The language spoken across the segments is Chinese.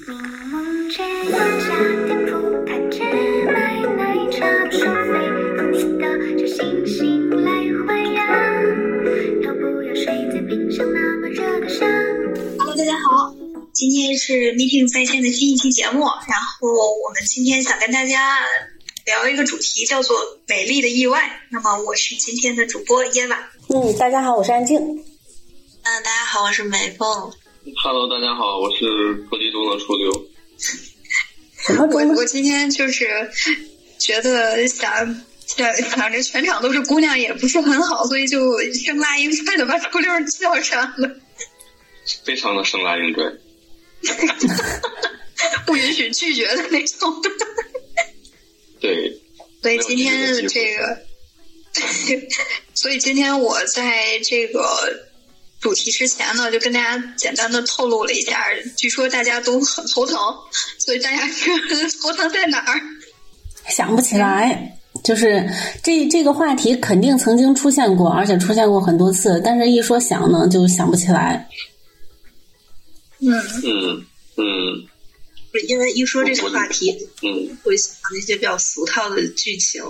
柠檬汁和夏天葡萄汁，奶奶茶收费公司的就星星来还呀，要不要水在冰箱那么热的沙。Hello， 大家好，今天是 Meeting 在线的新一期节目，然后我们今天想跟大家聊一个主题，叫做美丽的意外。那么我是今天的主播耶娃。 大家好，我是安静。 大家好，我是美凤。 Hello， 大家好，我是科技中的初六。 我今天就是觉得想着全场都是姑娘也不是很好，所以就生拉硬拽的把初六叫上了。 非常的生拉硬拽。 不允许拒绝的那种。 对。 所以今天这个，所以今天我在这个主题之前呢，就跟大家简单的透露了一下，据说大家都很头疼，所以大家头疼在哪儿？ 想不起来，就是这个话题肯定曾经出现过，而且出现过很多次，但是一说想呢，就想不起来。 因为一说这个话题，会想那些比较俗套的剧情。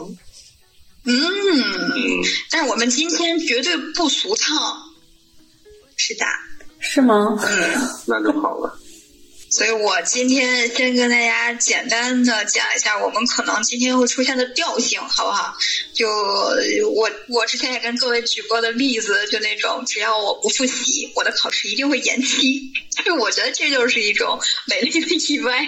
但是我们今天绝对不俗套。是的。 是吗？ 那就好了。 所以我今天先跟大家简单的讲一下我们可能今天会出现的调性，好不好？就我之前也跟各位举过的例子，就那种只要我不复习，我的考试一定会延期。就我觉得这就是一种美丽的意外。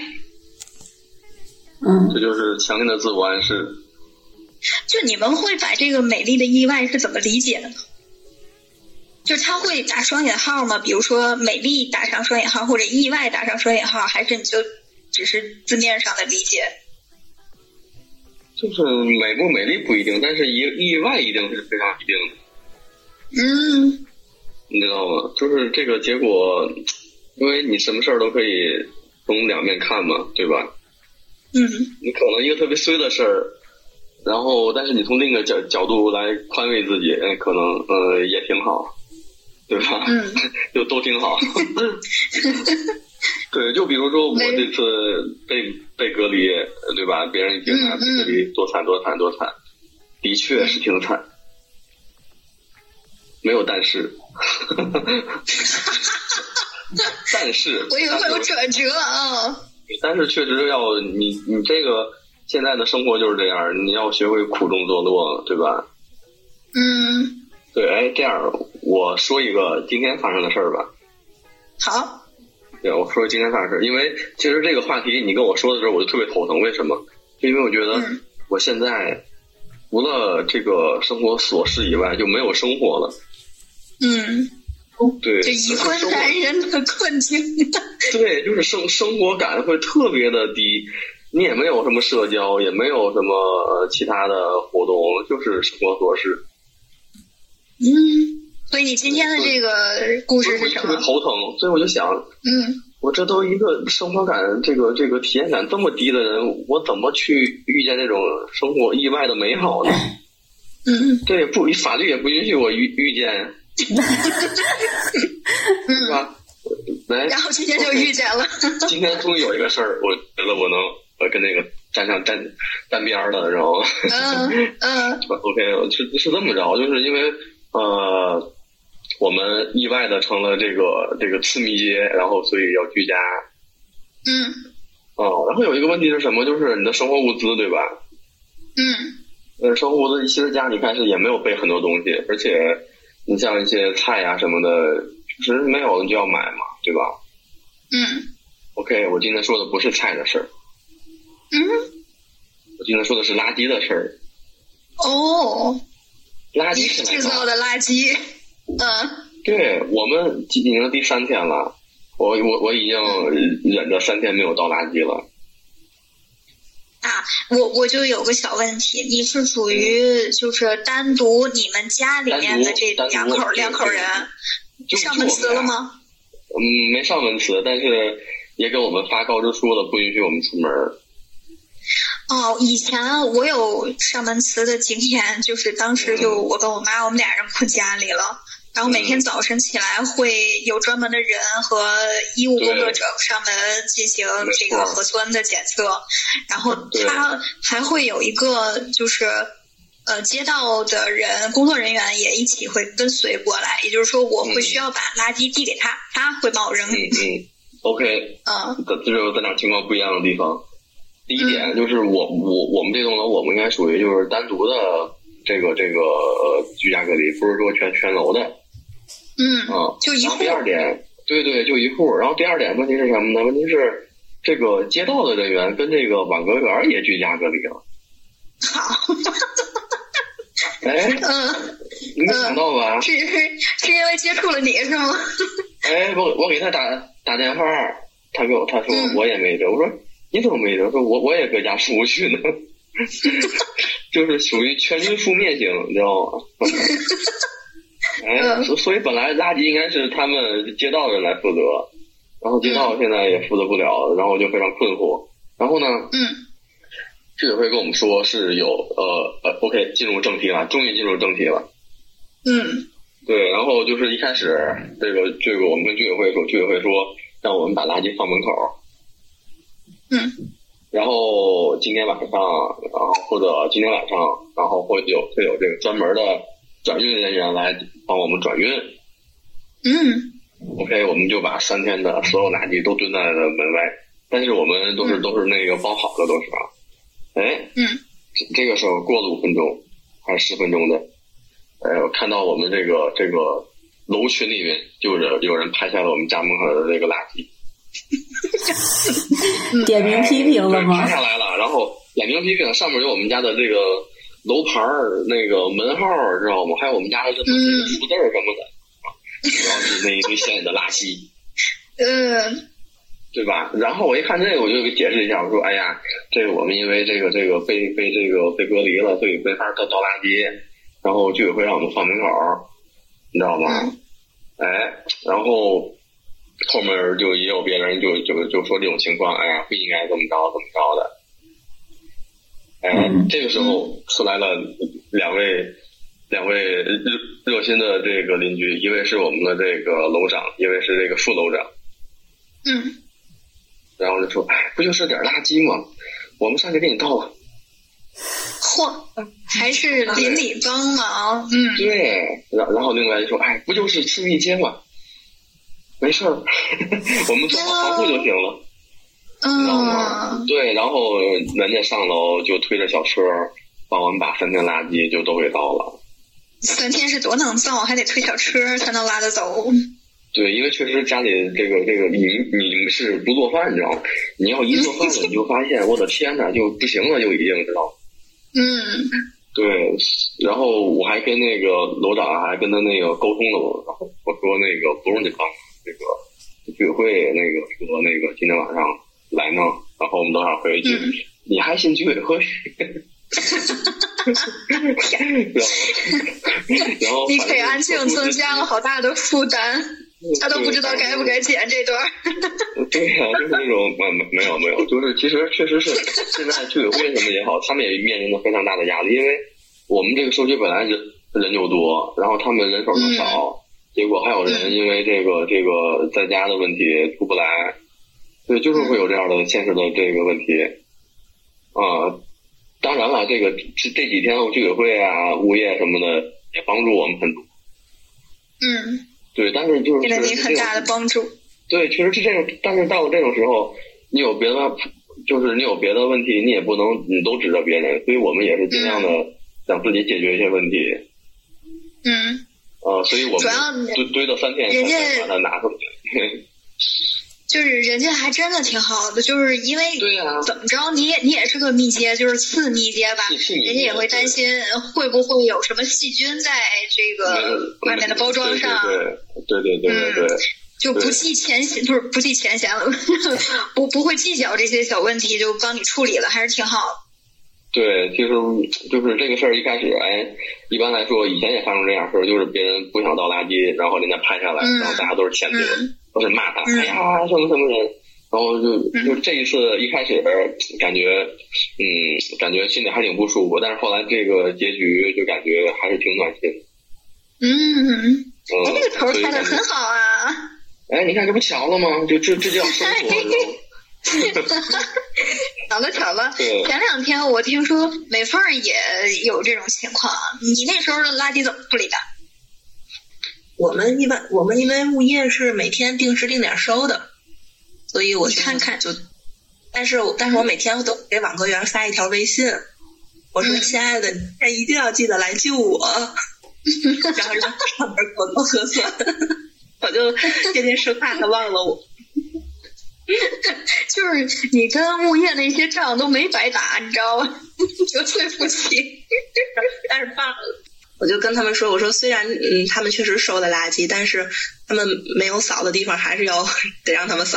这就是强烈的自我暗示。 就你们会把这个美丽的意外是怎么理解的呢？就他会打双引号吗？比如说美丽打上双引号，或者意外打上双引号，还是你就只是字面上的理解？ 就是美不美丽不一定，但是意外一定是非常一定的。你知道吗？就是这个结果，因为你什么事儿都可以从两面看嘛，对吧？你可能一个特别衰的事儿，然后但是你从另一个角度来宽慰自己，可能也挺好。对吧？就都挺好。对，就比如说我这次被隔离，对吧？别人评价被隔离多惨，的确是挺惨，没有但是。但是我以为会有转折啊。 但是确实要你这个现在的生活就是这样，你要学会苦中作乐，对吧？对，这样我说一个今天发生的事儿吧。 好。 对，我说今天发生的事儿，因为其实这个话题你跟我说的时候，我就特别头疼。为什么？就因为我觉得我现在除了这个生活琐事以外，就没有生活了。对， 就已婚男人的困境。 对，就是生活感会特别的低，你也没有什么社交，也没有什么其他的活动，就是生活琐事。 所以你今天的这个故事是什么？ 特别头疼，所以我就想，我这都一个生活感这个体验感这么低的人，我怎么去遇见这种生活意外的美好呢？这也不法律也不允许我遇见，是吧？ 然后今天就遇见了。 今天终于有一个事儿，我觉得我能跟那个站边的，然后OK 是这么着，就是因为我们意外的成了这个次密接，然后所以要居家。然后有一个问题是什么？就是你的生活物资，对吧？生活物资其实家里开始也没有备很多东西，而且你像一些菜呀什么的，确实没有你就要买嘛，对吧？OK， 我今天说的不是菜的事儿。我今天说的是垃圾的事儿。垃圾是制造的垃圾。 对，我们已经第3天了，我已经忍着3天没有倒垃圾了。 我就有个小问题，你是属于就是单独你们家里面的这两口人上门辞了吗？ 没上门辞，但是也给我们发告知书了，不允许我们出门。 以前我有上门辞的经验，就是当时就我跟我妈我们俩人困家里了， 然后每天早晨起来会有专门的人和医务工作者上门进行这个核酸的检测，然后他还会有一个就是街道的人工作人员也一起会跟随过来，也就是说我会需要把垃圾递给他，他会帮我扔。 OK， 这就是咱俩情况不一样的地方。第一点就是我们这栋楼，我们应该属于就是单独的这个居家隔离，不是说全楼的。就一户。第二点，对，就一户。然后第二点问题是什么呢？问题是这个街道的人员跟这个网格员也居家隔离了。 好。 你没想到吧？ 是因为接触了你是吗？ 我给他打电话，他说我也没得，我说你怎么没得？说我也搁家出不去呢，就是属于全军覆灭型，你知道吗？所以本来垃圾应该是他们街道人来负责，然后街道现在也负责不了，然后就非常困惑。然后呢，居委会跟我们说是有OK 进入正题了，终于进入正题了。对，然后就是一开始这个我们跟居委会说让我们把垃圾放门口。然后今天晚上，然后或者今天晚上，然后会有这个专门的转运人员来帮我们转运。OK， 我们就把3天的所有垃圾都蹲在了门外，但是我们都是那个包好的都是啊。这个时候过了5分钟还是10分钟的，我看到我们这个楼群里面就有人拍下了我们家门口的这个垃圾。 点名批评了吗？ 拍下来了，然后点名批评，上面有我们家的这个楼牌那个门号，知道吗？还有我们家的这个福字什么的，主要是那一堆显眼的垃圾。对吧？然后我一看这个，我就给解释一下，我说：“哎呀，这个我们因为这个被隔离了，所以没法倒垃圾，然后居委会让我们放门口，你知道吗？”然后后面就也有别人就说这种情况，哎呀，不应该怎么着的。这个时候出来了两位热心的这个邻居，一位是我们的这个楼长，一位是这个副楼长。然后就说：“不就是点垃圾吗？我们上去给你倒了。” 还是邻里帮忙。 对。然后另外就说：“不就是吃密接吗？没事儿，我们做好防护就行了。”知道吗？对。然后人家上楼就推着小车帮我们把3天垃圾就都给倒了。 3天是多能造，还得推小车才能拉得走。 对，因为确实家里这个你是不做饭，你知道吗？你要一做饭了，你就发现我的天哪，就不行了，就已经知道。对，然后我还跟那个楼长还跟他那个沟通了，然后我说那个不用你帮这个居委会那个说那个今天晚上来弄，然后我们等会儿回去，你还信居委会？然后你给安庆增加了好大的负担。他都不知道该不该剪这段。 对呀，就是那种没有，就是其实确实是现在居委会什么也好，他们也面临着非常大的压力，因为我们这个社区本来人就多，然后他们人手就少，结果还有人因为这个在家的问题出不来，对，就是会有这样的现实的这个问题。当然了，这几天居委会啊、物业什么的也帮助我们很多。对，但是就是给了你很大的帮助。 对，确实是这种，但是到了这种时候，你有别的问题，你也不能你都指着别人，所以我们也是尽量的想自己解决一些问题。所以我们堆到3天才把它拿出来。 就是人家还真的挺好的，就是因为怎么着你也是个密接，就是次密接吧，人家也会担心会不会有什么细菌在这个外面的包装上。 对。 就不计前嫌，不是不计前嫌了，不会计较这些小问题，就帮你处理了，还是挺好的。 对，其实就是这个事儿一开始，一般来说以前也发生这样事儿，就是别人不想倒垃圾，然后人家拍下来，然后大家都是谴责。都是骂他，哎呀，什么人，然后就这一次一开始感觉心里还挺不舒服，但是后来这个结局就感觉还是挺暖心的。 这个头开的很好啊！ 哎，你看这不巧了吗？这叫生活。 巧了！前2天我听说美凤也有这种情况，你那时候的垃圾怎么处理的？ 我们因为物业是每天定时定点收的，所以我看看就，但是我每天都给网格员发一条微信，我说亲爱的，你一定要记得来救我，然后让上门给我做核酸，我就天天生怕他忘了我。 就是你跟物业那些仗都没白打，你知道吗？绝对不起。 但是罢了，我就跟他们说，我说虽然他们确实收了垃圾，但是他们没有扫的地方还是得让他们扫。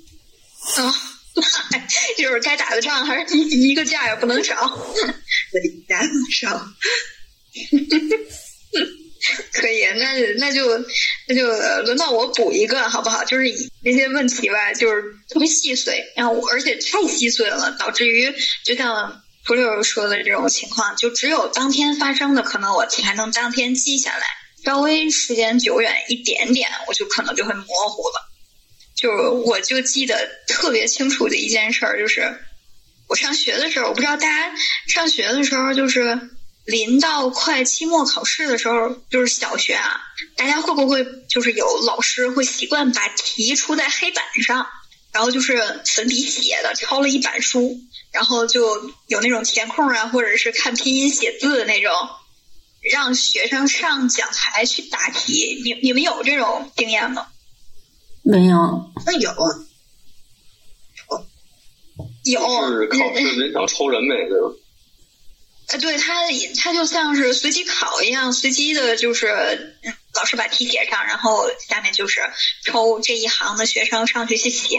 就是该打的仗还是一个架也不能少。 对，一架不能少。 可以，那就轮到我补一个好不好？就是那些问题吧，就是特别细碎，然后而且太细碎了，导致于就像蒲六说的这种情况，就只有当天发生的，可能我才能当天记下来，稍微时间久远一点点，我就可能就会模糊了。就是我就记得特别清楚的一件事儿，就是我上学的时候，我不知道大家上学的时候就是临到快期末考试的时候，就是小学啊，大家会不会就是有老师会习惯把题出在黑板上，然后就是粉笔写的，抄了一板书，然后就有那种填空啊，或者是看拼音写字的那种，让学生上讲台去答题。你们有这种经验吗？ 没有。 那有啊， 有。 是考试临场抽人呗，对吧？ 对，他就像是随机考一样，随机的就是老师把题写上，然后下面就是抽这一行的学生上去去写。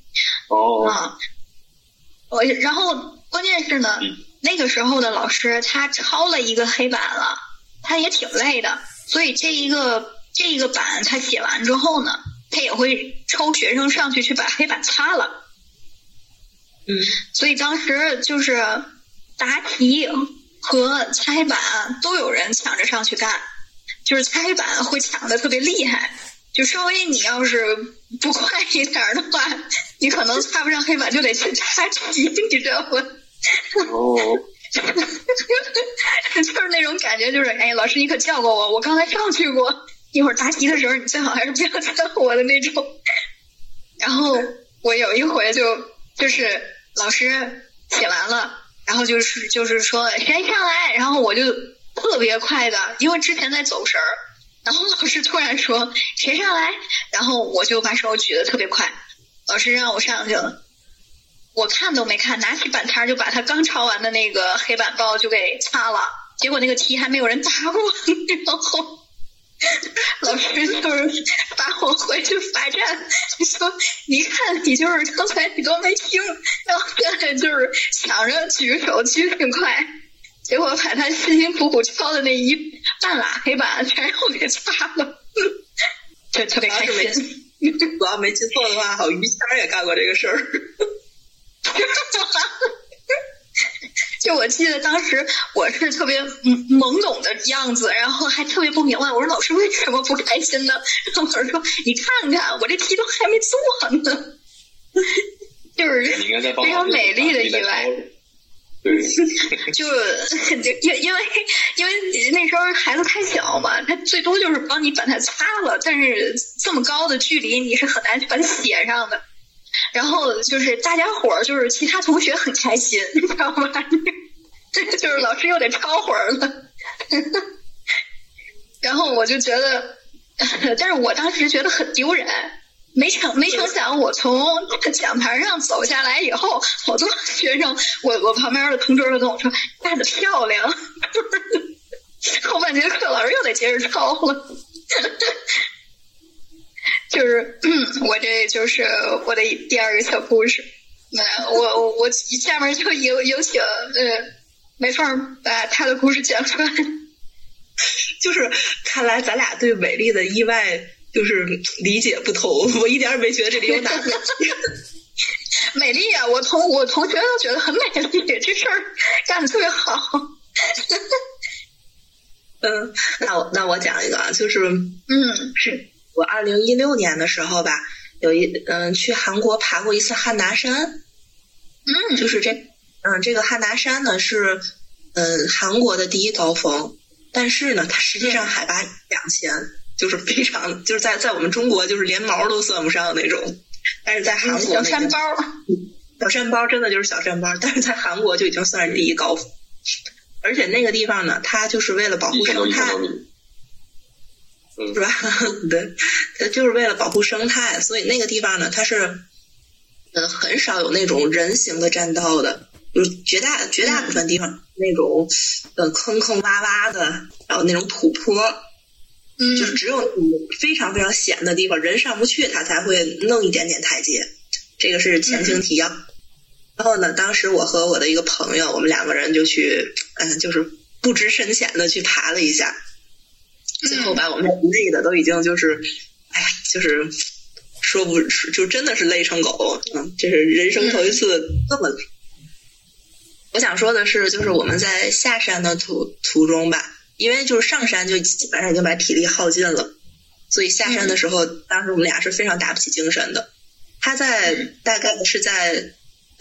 然后关键是呢，那个时候的老师他抄了一个黑板了，他也挺累的，所以这一个板他写完之后呢，他也会抽学生上去把黑板擦了。所以当时就是答题和擦黑板都有人抢着上去干，就是擦黑板会抢的特别厉害，就稍微你要是不快一点的话，你可能擦不上黑板就得去擦题，你知道吗？就是那种感觉，就是哎，老师你可叫过我，我刚才上去过，一会儿答题的时候你最好还是不要叫我的那种。然后我有一回就是老师写完了，然后就是说谁上来，然后我就特别快的，因为之前在走神儿，然后老师突然说谁上来，然后我就把手举得特别快，老师让我上去了，我看都没看，拿起板擦就把他刚抄完的那个黑板报就给擦了，结果那个题还没有人答过，然后老师就是把我回去罚站，你说你看你就是刚才你都没听，然后现在就是抢着举手举挺快，结果把他辛辛苦苦抄的那一半拉黑板全让我给擦了，就特别开心。 我要没记错的话，好于谦也干过这个事儿。 就我记得当时我是特别懵懂的样子，然后还特别不明白，我说老师为什么不开心呢？然后老师说你看看我这题都还没做呢，就是非常美丽的意外。 对， 就因为那时候孩子太小嘛，他最多就是帮你把它擦了，但是这么高的距离你是很难去把它写上的。然后就是大家伙儿，就是其他同学很开心，你知道吗？就是老师又得抄会儿了。然后我就觉得，但是我当时觉得很丢人。没成想，我从讲台上走下来以后，好多学生，我旁边的同桌都跟我说干得漂亮。后半节课老师又得接着抄了。就是我这就是我的第二个小故事。我下面就有请梅凤把她的故事讲出来。 就是看来咱俩对美丽的意外就是理解不同，我一点也没觉得这里有哪个美丽啊！我同学都觉得很美丽，这事儿干得特别好。 那我讲一个啊，就是是我2016年的时候吧，去韩国爬过一次汉拿山。就是这个汉拿山呢是韩国的第一高峰，但是呢它实际上海拔2000，就是非常就是在我们中国就是连毛都算不上那种，但是在韩国小山包， 小山包真的就是小山包，但是在韩国就已经算是第一高峰。而且那个地方呢，它就是为了保护生态，是吧？对，它就是为了保护生态，所以那个地方呢，它是很少有那种人行的栈道的，就是绝大部分地方那种坑坑洼洼的，然后那种土坡，就是只有非常非常险的地方，人上不去，它才会弄一点点台阶。这个是前情提要。然后呢，当时我和我的一个朋友，我们2个人就去，就是不知深浅的去爬了一下，最后把我们累的都已经就是，哎呀，就是就真的是累成狗，这是人生头一次这么累。我想说的是，就是我们在下山的途中吧，因为就是上山就基本上已经把体力耗尽了，所以下山的时候，当时我们俩是非常打不起精神的。他大概是在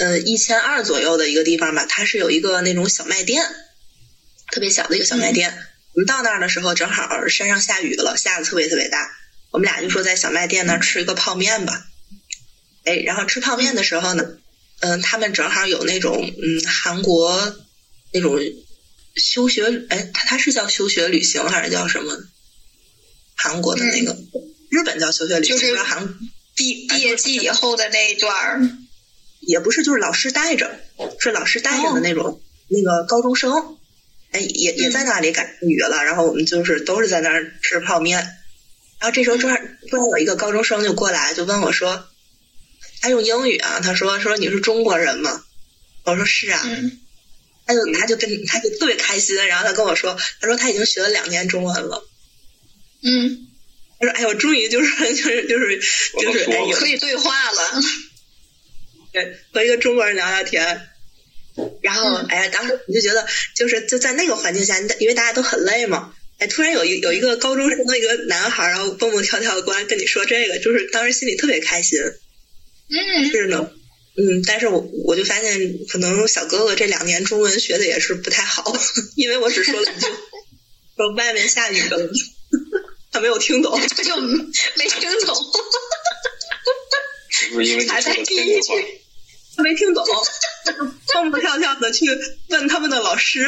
1200左右的一个地方吧，它是有一个那种小卖店，特别小的一个小卖店。我们到那儿的时候，正好山上下雨了，下的特别特别大。我们俩就说在小卖店那儿吃一个泡面吧。然后吃泡面的时候呢，他们正好有那种韩国那种休学，它是叫休学旅行还是叫什么？韩国的那个，日本叫休学旅行， 就是韩毕业季以后的那一段。 也不是，就是老师带着，是老师带着的那种，那个高中生，也在那里赶上雨了，然后我们就是都是在那儿吃泡面，然后这时候突然有一个高中生就过来就问我说，他用英语啊，他说你是中国人吗？我说是啊，他就特别开心，然后他跟我说，他说他已经学了2年中文了，他说我终于就是可以对话了。 对，和一个中国人聊聊天，然后当时我就觉得就在那个环境下，因为大家都很累嘛，突然有一个高中生的一个男孩，然后蹦蹦跳跳过来跟你说这个，就是当时心里特别开心。是呢，但是我就发现可能小哥哥这2年中文学的也是不太好，因为我只说了一句说外面下雨了，他没有听懂， 他就没听懂。 还在第一句他没听懂，蹦蹦跳跳的去问他们的老师，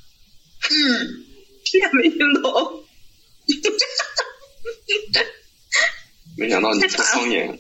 这也没听懂。 没想到你是方言。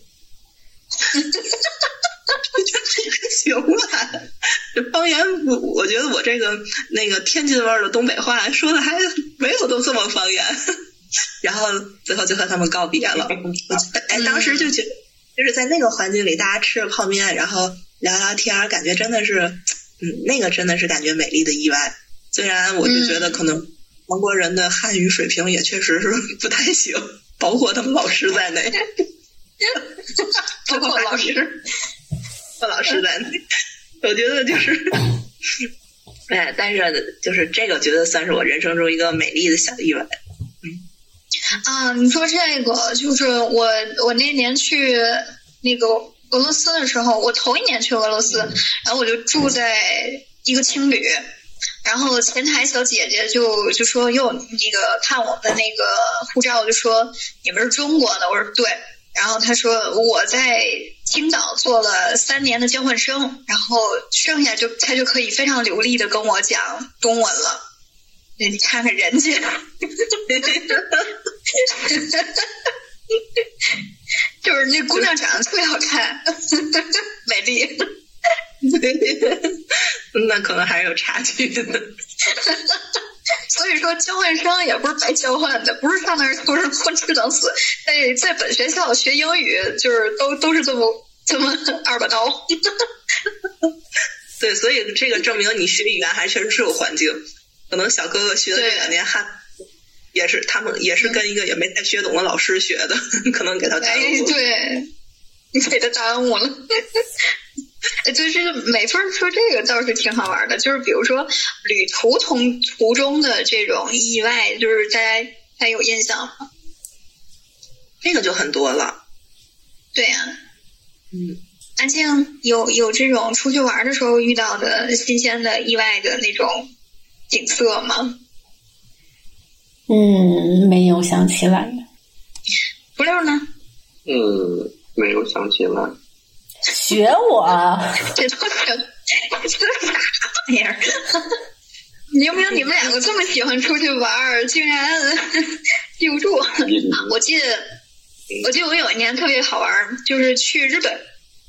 行吧，这方言我觉得我这个那个天津味儿的东北话说的还没有都这么方言。然后最后就和他们告别了。当时就觉得就是在那个环境里，大家吃着泡面，然后聊聊天，感觉真的是，那个真的是感觉美丽的意外。虽然我就觉得可能韩国人的汉语水平也确实是不太行，包括他们老师在内， 包括老师在内，我觉得就是，但是就是这个，觉得算是我人生中一个美丽的小意外。 你说这个就是我那年去那个俄罗斯的时候，我头一年去俄罗斯，然后我就住在一个青旅，然后前台小姐姐就说哟，那个看我们的那个护照，就说你们是中国的，我说对，然后她说我在青岛做了3年的交换生，然后剩下她就可以非常流利的跟我讲中文了。你看看人家就是那姑娘长得特别好看美丽那可能还是有差距的所以说交换生也不是白交换的，不是上那儿都是混吃等死，在本学校学英语就是都是这么2把刀对，所以这个证明你学语言还确实是有环境，可能小哥哥学的这2年汉也是他们也是跟一个也没太学懂的老师学的，可能给他耽误了。 对，你给他耽误了。 就是美芬说这个倒是挺好玩的，就是比如说旅途途中的这种意外，就是大家还有印象吗？ 这个就很多了。 对呀，安静有这种出去玩的时候遇到的新鲜的意外的那种景色吗？ 没有想起来。 不溜呢？ 没有想起来。 学我， 这都是啥玩意儿？明明你们两个这么喜欢出去玩，竟然记不住。我记得我有一年特别好玩，就是去日本。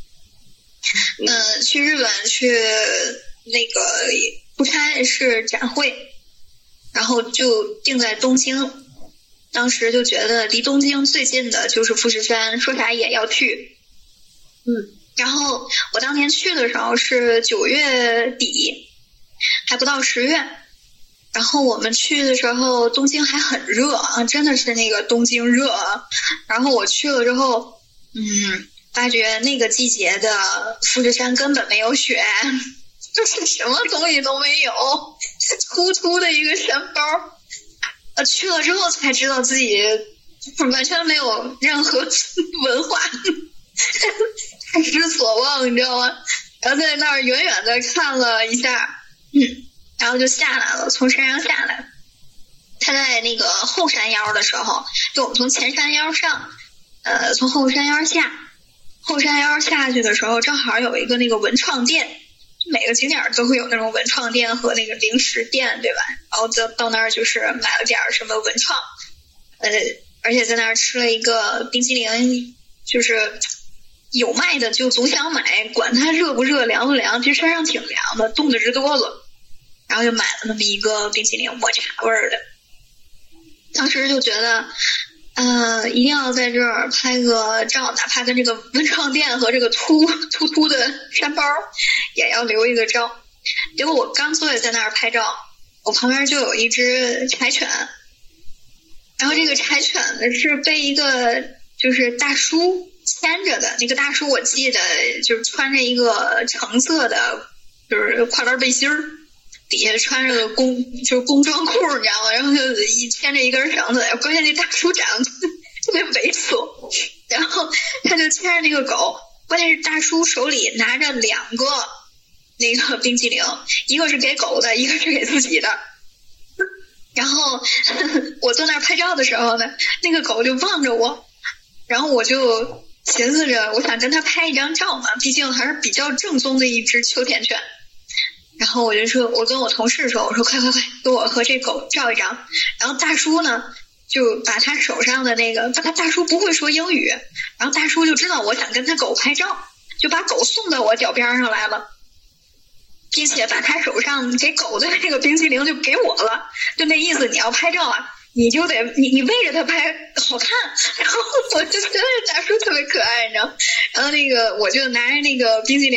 去日本去那个出差是展会，然后就定在东京。当时就觉得离东京最近的就是富士山，说啥也要去。然后我当年去的时候是9月底，还不到10月。然后我们去的时候，东京还很热啊，真的是那个东京热啊。然后我去了之后，发觉那个季节的富士山根本没有雪，就是什么东西都没有，突突的一个山包。去了之后才知道自己完全没有任何文化，太失所望，你知道吗？然后在那儿远远的看了一下，然后就下来了，从山上下来。他在那个后山腰的时候，就我们从前山腰上，从后山腰下，后山腰下去的时候，正好有一个那个文创店。每个景点都会有那种文创店和那个零食店，对吧？然后到那儿就是买了点什么文创，而且在那儿吃了一个冰淇淋，就是有卖的就总想买，管它热不热凉不凉，其实山上挺凉的，冻得直哆嗦。然后就买了那么一个冰淇淋，抹茶味儿的。当时就觉得一定要在这儿拍个照，哪怕跟这个文创店和这个突突的山包也要留一个照。结果我刚坐在那儿拍照，我旁边就有一只柴犬，然后这个柴犬呢是被一个就是大叔牵着的。那个大叔我记得就是穿着一个橙色的就是跨栏背心儿，底下穿着个工装裤，你知道吗？然后就牵着一根绳子，关键那大叔长得特别猥琐，然后他就牵着那个狗，关键是大叔手里拿着2个那个冰淇淋，一个是给狗的，一个是给自己的。然后我坐那儿拍照的时候呢，那个狗就望着我，然后我就寻思着我想跟他拍一张照嘛，毕竟还是比较正宗的一只秋田犬。然后我就说，我跟我同事说，我说快给我和这狗照一张。然后大叔呢就把他手上的那个，大叔不会说英语，然后大叔就知道我想跟他狗拍照，就把狗送到我脚边上来了，并且把他手上给狗的那个冰淇淋就给我了，就那意思，你要拍照啊，你就得你喂着它拍好看。然后我就觉得大叔特别可爱，你知道。然后那个我就拿着那个冰淇淋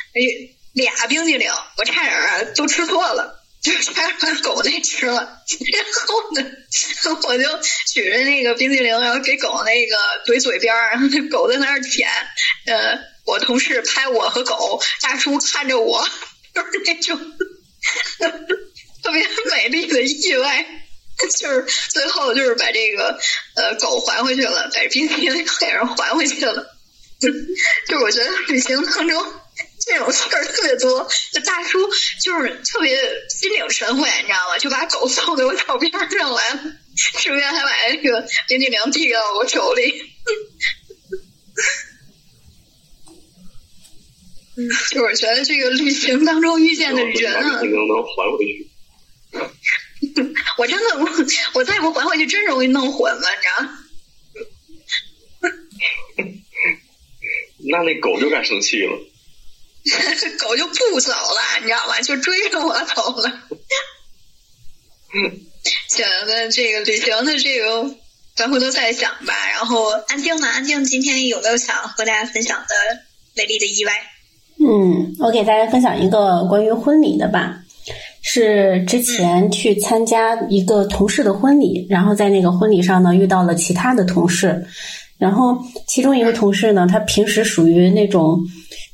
，2冰淇淋，我差点都吃错了，就差点把狗那吃了。然后呢，我就举着那个冰淇淋，然后给狗那个怼嘴边，然后那狗在那儿舔。我同事拍我和狗，大叔看着我，就是那种特别美丽的意外。就是最后就是把这个狗还回去了，把冰淇淋给人还回去了。就我觉得旅行当中这种事儿特别多，这大叔就是特别心领神会，你知道吗？就把狗送到我脚边上来了，顺便还把那个冰淇淋递到我手里。就是我觉得这个旅行当中遇见的人啊， 能还回去。 我真的我再不还回去，真容易弄混了，你知道吗？ 那狗就该生气了。 狗就不走了，你知道吗？就追着我走了。行，那这个旅行的这个咱回头再想吧。然后安静呢？安静今天有没有想和大家分享的美丽的意外？ 我给大家分享一个关于婚礼的吧。是之前去参加一个同事的婚礼，然后在那个婚礼上呢遇到了其他的同事，然后其中一个同事呢，他平时属于那种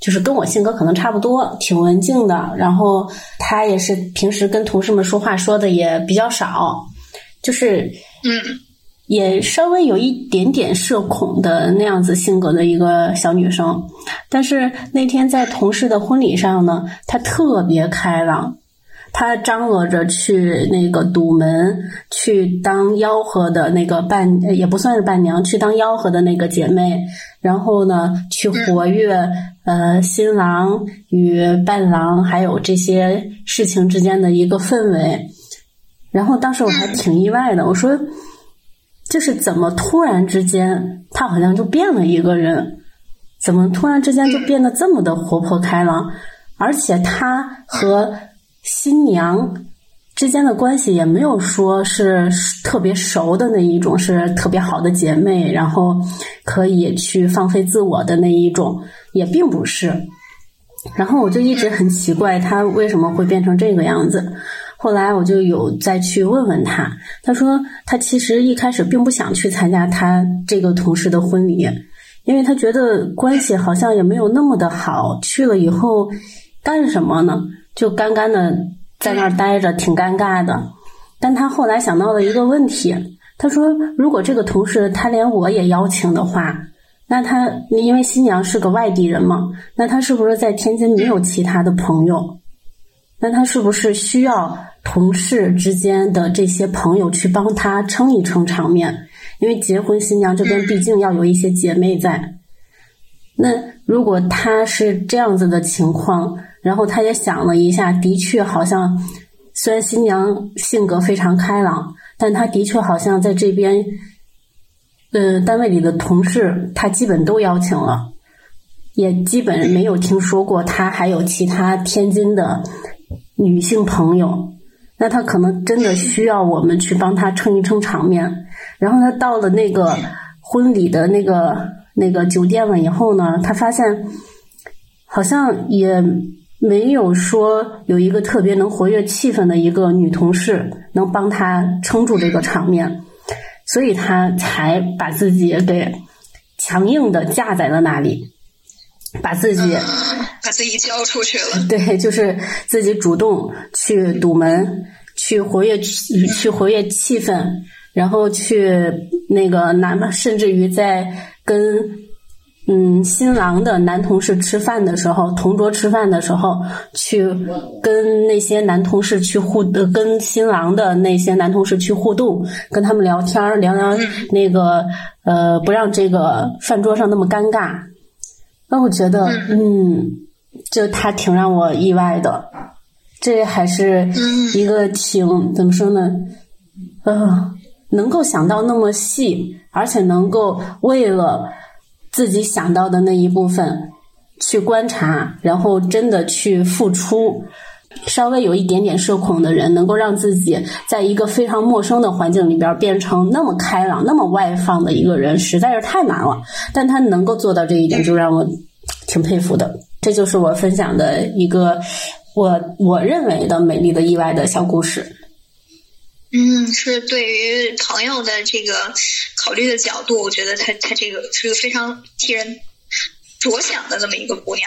就是跟我性格可能差不多，挺文静的，然后他也是平时跟同事们说话说的也比较少，就是也稍微有一点点社恐的那样子性格的一个小女生。但是那天在同事的婚礼上呢，她特别开朗，她张罗着去那个堵门，去当吆喝的那个也不算是伴娘，去当吆喝的那个姐妹，然后呢去活跃新郎与伴郎还有这些事情之间的一个氛围。然后当时我还挺意外的，我说就是怎么突然之间他好像就变了一个人，怎么突然之间就变得这么的活泼开朗，而且他和新娘之间的关系也没有说是特别熟的那一种，是特别好的姐妹，然后可以去放飞自我的那一种，也并不是。然后我就一直很奇怪他为什么会变成这个样子。后来我就有再去问问他，他说他其实一开始并不想去参加他这个同事的婚礼，因为他觉得关系好像也没有那么的好，去了以后干什么呢？就干干的在那儿待着，挺尴尬的。但他后来想到了一个问题，他说如果这个同事他连我也邀请的话，那他因为新娘是个外地人嘛，那他是不是在天津没有其他的朋友？那他是不是需要同事之间的这些朋友去帮他撑一撑场面？因为结婚新娘这边毕竟要有一些姐妹在。那如果他是这样子的情况，然后他也想了一下，的确好像虽然新娘性格非常开朗，但他的确好像在这边单位里的同事他基本都邀请了，也基本没有听说过他还有其他天津的女性朋友，那他可能真的需要我们去帮他撑一撑场面。然后他到了那个婚礼的那个酒店了以后呢，他发现好像也没有说有一个特别能活跃气氛的一个女同事能帮他撑住这个场面，所以他才把自己给强硬的架在了那里，把自己交出去了。 对，就是自己主动去堵门，去活跃气氛，然后去那个甚至于在跟新郎的男同事吃饭的时候，同桌吃饭的时候，去跟那些男同事去跟新郎的那些男同事去互动，跟他们聊天，聊那个不让这个饭桌上那么尴尬。那我觉得就他挺让我意外的，这还是一个怎么说呢，能够想到那么细，而且能够为了自己想到的那一部分去观察，然后真的去付出。稍微有一点点社恐的人能够让自己在一个非常陌生的环境里边变成那么开朗那么外放的一个人，实在是太难了，但他能够做到这一点就让我挺佩服的。这就是我分享的一个我认为的美丽的意外的小故事。 是对于朋友的这个考虑的角度，我觉得她这个是个非常替人着想的这么一个姑娘。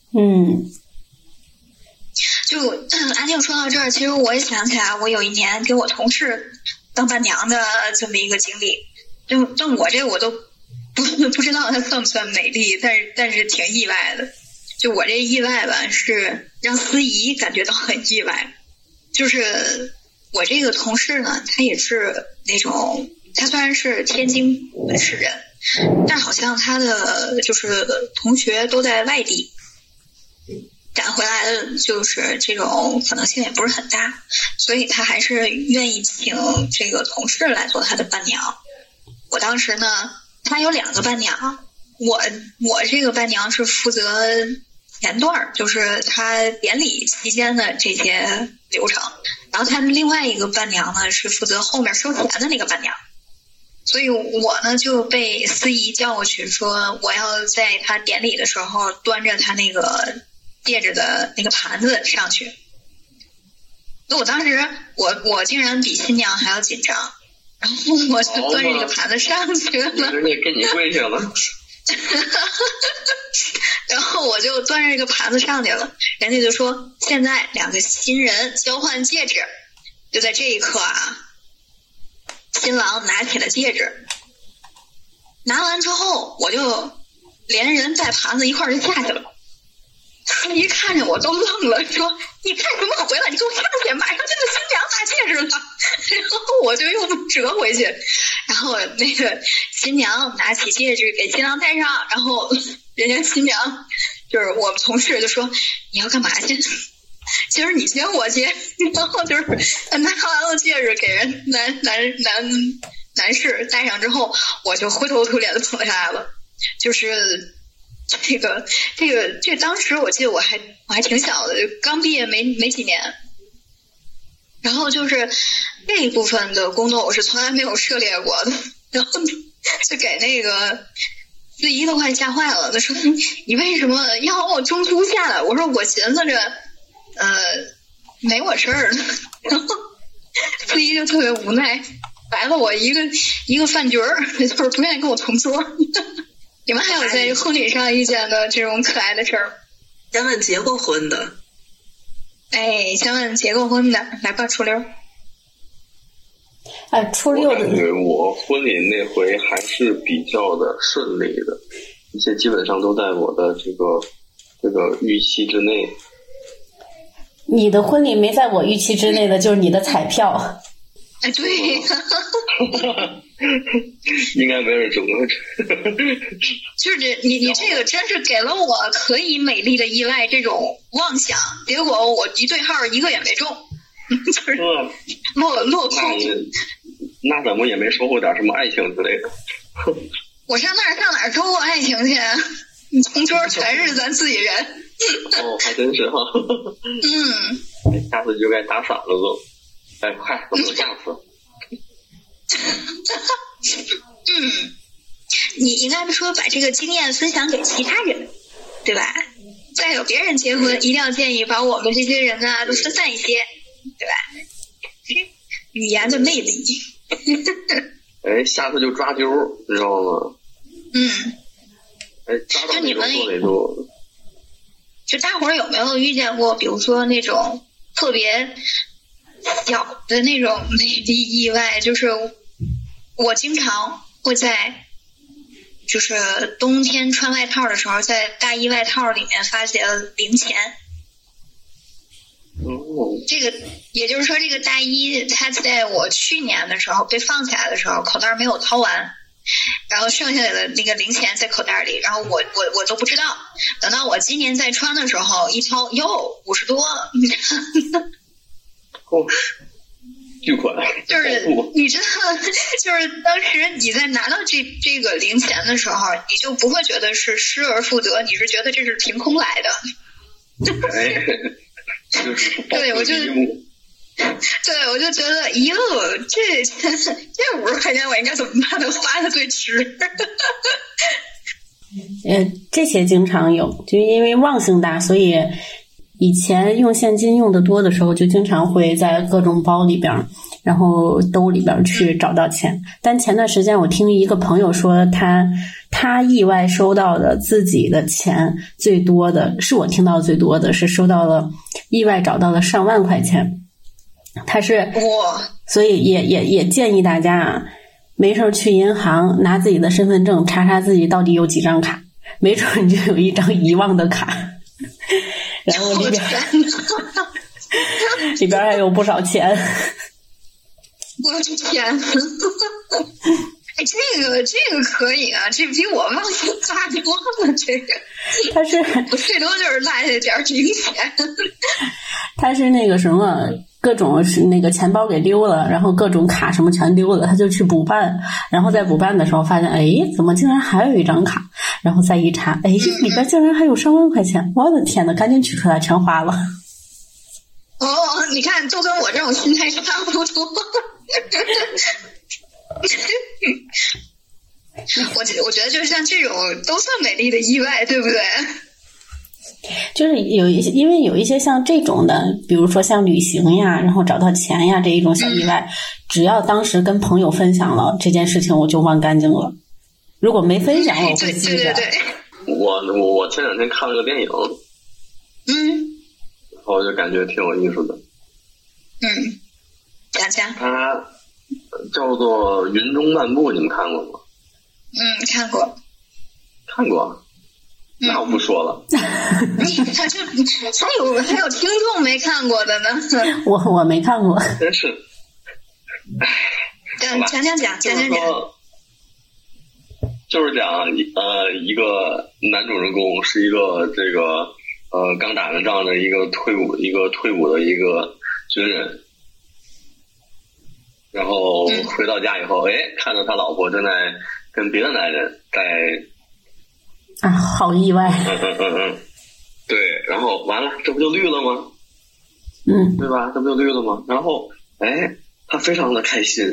就安静说到这儿，其实我也想起来，我有一年给我同事当伴娘的这么一个经历。就我这我都不知道它算不算美丽，但是挺意外的。就我这意外吧，是让司仪感觉到很意外。就是我这个同事呢，他也是那种，他虽然是天津本市人，但好像他的就是同学都在外地。赶回来的就是这种可能性也不是很大，所以他还是愿意请这个同事来做他的伴娘。我当时呢，他有2个伴娘，我这个伴娘是负责前段，就是他典礼期间的这些流程，然后他另外一个伴娘呢是负责后面收钱的那个伴娘。所以我呢就被司仪叫过去，说我要在他典礼的时候端着他那个戒指的那个盘子上去。那我当时我竟然比新娘还要紧张，然后我就端着这个盘子上去了。 人家跟你跪下了。 然后我就端着这个盘子上去了，人家就说现在2个新人交换戒指。就在这一刻啊，新郎拿起了戒指，拿完之后我就连人带盘子一块儿就下去了。他一看见我都愣了，说你干什么回来，你给我下去，马上就得新娘拿戒指了。然后我就又折回去，然后那个新娘拿起戒指给新郎戴上，然后人家新娘就是我们同事就说你要干嘛去，今儿你接我接，然后就是拿完了戒指给人男士戴上之后，我就灰头土脸的跑下来了。就是这当时我记得我还挺小的，刚毕业没几年。然后就是这一部分的工作我是从来没有涉猎过的，然后就给那个司仪都快吓坏了。他说你为什么要我中途下来？我说我寻思着没我事儿呢。然后司仪就特别无奈，来了我一个饭局儿，就是不愿意跟我同桌。你们还有在婚礼上遇见的这种可爱的事儿？ 先问结过婚的。 哎，先问结过婚的，来吧，初六。 初六的。 我感觉我婚礼那回还是比较的顺利的，一切基本上都在我的这个预期之内。 你的婚礼没在我预期之内的，就是你的彩票。 哎，对。 应该没人中。 就是你这个真是给了我可以美丽的意外这种妄想，结果我一对号一个也没中，就是落空。 那怎么也没收获点什么爱情之类的？ 我上哪儿收获爱情去？你同桌全是咱自己人。 哦，还真是哈。下次就该打散了都。哎，嗨，怎么下次？ 你应该说把这个经验分享给其他人，对吧？再有别人结婚，一定要建议把我们这些人啊都分散一些，对吧？语言的魅力。 哎，下次就抓阄，你知道吗？哎，抓到那种做哪种？ 就大伙儿有没有遇见过，比如说那种特别小的那种美丽意外？就是我经常会在就是冬天穿外套的时候，在大衣外套里面发现零钱。这个也就是说，这个大衣它在我去年的时候被放起来的时候，口袋没有掏完，然后剩下的那个零钱在口袋里，然后我都不知道。等到我今年再穿的时候，一掏，哟，50多。 巨款。 就是你知道，就是当时你在拿到这个零钱的时候，你就不会觉得是失而复得，你是觉得这是凭空来的。对，我就觉得，哟，这50块钱我应该怎么办呢？花的最值。 这些经常有，就因为忘性大，所以以前用现金用的多的时候，就经常会在各种包里边，然后兜里边去找到钱。但前段时间我听一个朋友说，他意外收到的自己的钱最多的是我听到最多的是收到了意外找到了上万块钱。他是所以也建议大家啊，没事去银行拿自己的身份证查查自己到底有几张卡，没准你就有一张遗忘的卡。然后里边还有不少钱。 我的天！哎，这个可以啊，这比我忘性大多了。这个， 他是我最多就是落下点零钱。 他是那个什么，各种是那个钱包给丢了，然后各种卡什么全丢了，他就去补办，然后在补办的时候发现，哎，怎么竟然还有一张卡？然后再一查，哎，里边竟然还有上万块钱！我的天呐，赶紧取出来，全花了。 哦，你看，都跟我这种心态差不多。我觉得就是像这种都算美丽的意外，对不对？ 就是有一些，因为有一些像这种的，比如说像旅行呀，然后找到钱呀这一种小意外，只要当时跟朋友分享了这件事情，我就忘干净了。如果没分享，我会记着。 对。 我前2天看了个电影，然后就感觉挺有意思的。 讲讲。 它叫做《云中漫步》，你们看过吗？ 看过。 看过。那我不说了。 还有听众没看过的呢。 我没看过。 真是。 讲。 就是讲一个男主人公是一个这个刚打完仗的一个退伍的一个军人，然后回到家以后，看到他老婆正在跟别的男人在好意外。 对，然后完了，这不就绿了吗？对吧？这不就绿了吗？然后他非常的开心。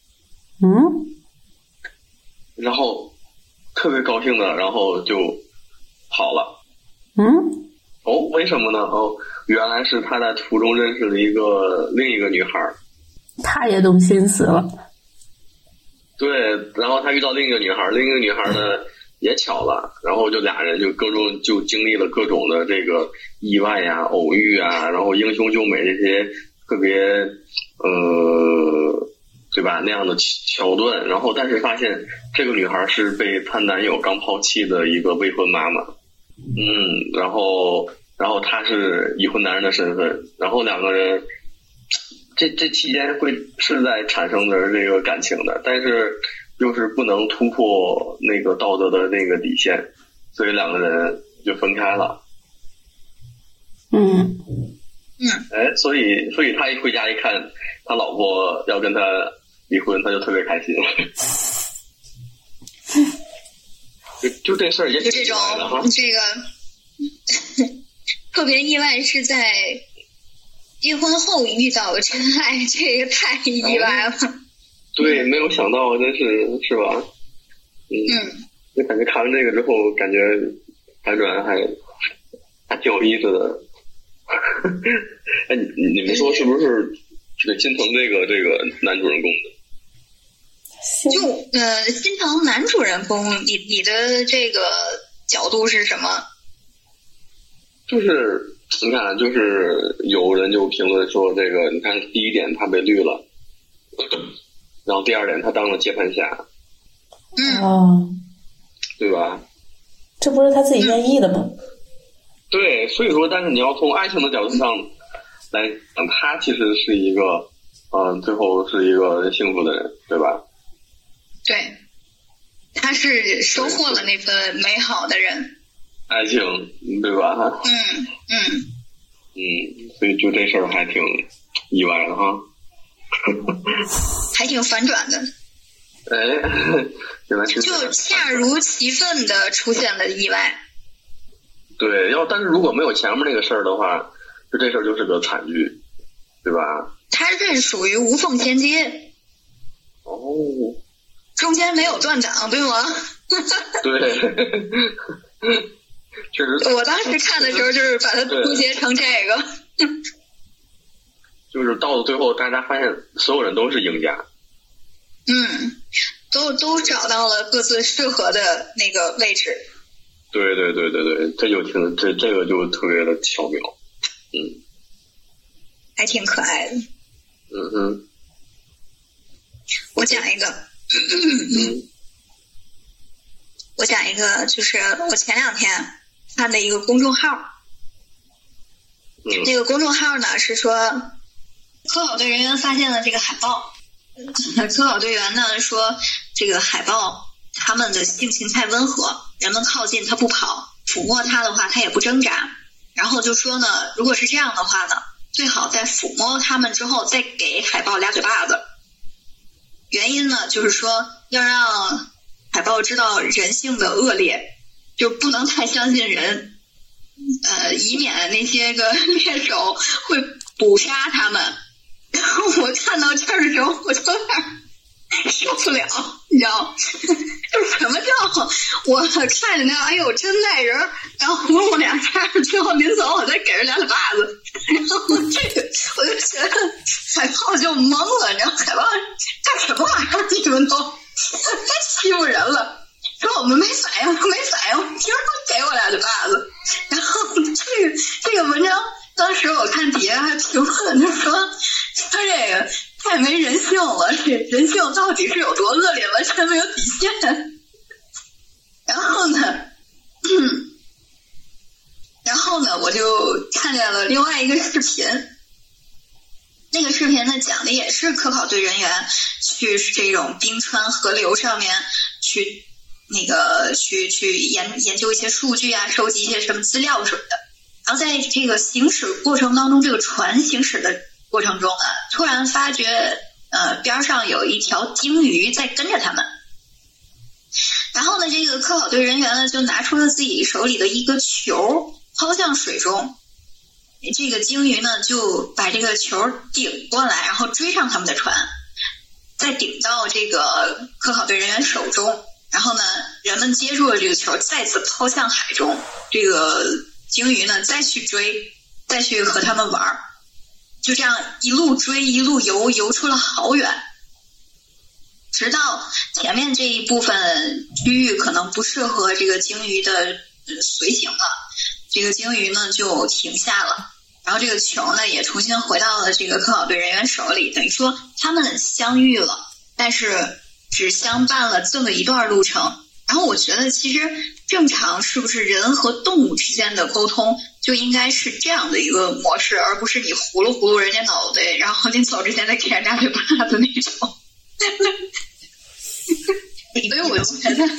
然后特别高兴的，然后就跑了。为什么呢？原来是他在途中认识了另一个女孩。 他也动心思了。 对，然后他遇到另一个女孩呢也巧了，然后就俩人就经历了各种的这个意外呀、偶遇啊，然后英雄救美这些特别对吧？那样的桥段，然后但是发现这个女孩是被她男友刚抛弃的一个未婚妈妈，然后她是已婚男人的身份，然后两个人这期间是在产生的这个感情的，但是又是不能突破那个道德的那个底线，所以两个人就分开了。所以他一回家一看，他老婆要跟他离婚，他就特别开心。就这事儿也挺意外的哈。 这个特别意外是在结婚后遇到的真爱，这个太意外了。 对，没有想到，真是吧？就感觉看完这个之后，感觉反转还挺有意思的。你们说是不是心疼这个男主人公的？ 就心疼男主人公，你的这个角度是什么？ 就是你看，就是有人就评论说这个，你看第一点他被绿了，然后第二点他当了接盘侠，对吧？ 这不是他自己愿意的吗？ 对，所以说，但是你要从爱情的角度上来讲，他其实是一个最后是一个幸福的人，对吧？ 对，他是收获了那份美好的人， 爱情，对吧？所以就这事儿还挺意外的哈， 还挺反转的。 原来是就恰如其分的出现了意外。 对，但是如果没有前面那个事儿的话，就这事儿就是个惨剧，对吧？ 它这属于无缝衔接。中间没有断档，对吗？ 对，确实。我当时看的时候就是把它总结成这个。 就是到了最后，大家发现所有人都是赢家。 都找到了各自适合的那个位置。 对，这个就特别的巧妙， 还挺可爱的。我讲一个，就是我前2天看的一个公众号，那个公众号呢是说，科考队人员发现了这个海豹，科考队员呢说这个海豹他们的性情太温和，人们靠近它不跑，抚摸它的话它也不挣扎，然后就说呢，如果是这样的话呢，最好在抚摸它们之后再给海豹俩嘴巴子。原因呢就是说要让海豹知道人性的恶劣，就不能太相信人，以免那些个猎手会捕杀他们。然后我看到这儿的时候我就有点受不了，你知道，就是什么叫我看着那，哎呦真耐人，然后摸我2下，最后临走我再给人俩嘴巴子，然后这个我就觉得海豹就懵了，你知道海豹干什么玩意儿？你们都太欺负人了。说我们没反应，听说时我看底下还评论就说这个太没人性了，这人性到底是有多恶劣，完全没有底线。然后呢，我就看见了另外一个视频，那个视频呢讲的也是科考队人员去这种冰川河流上面去研究一些数据啊，收集一些什么资料什么的。然后在这个行驶过程当中，这个船行驶的过程中呢，突然发觉边上有一条鲸鱼在跟着他们。然后呢，这个科考队人员呢就拿出了自己手里的一个球抛向水中，这个鲸鱼呢就把这个球顶过来，然后追上他们的船，再顶到这个科考队人员手中。然后呢，人们接住了这个球，再次抛向海中，这个鲸鱼呢再去追，再去和他们玩，就这样一路追一路游出了好远，直到前面这一部分区域可能不适合这个鲸鱼的随行了，这个鲸鱼呢就停下了，然后这个球呢也重新回到了这个科考队人员手里，等于说他们相遇了，但是只相伴了这么一段路程。然后我觉得其实正常是不是人和动物之间的沟通就应该是这样的一个模式，而不是你葫芦人家脑袋，然后临走之前再给人家嘴巴子那种。所以我觉得太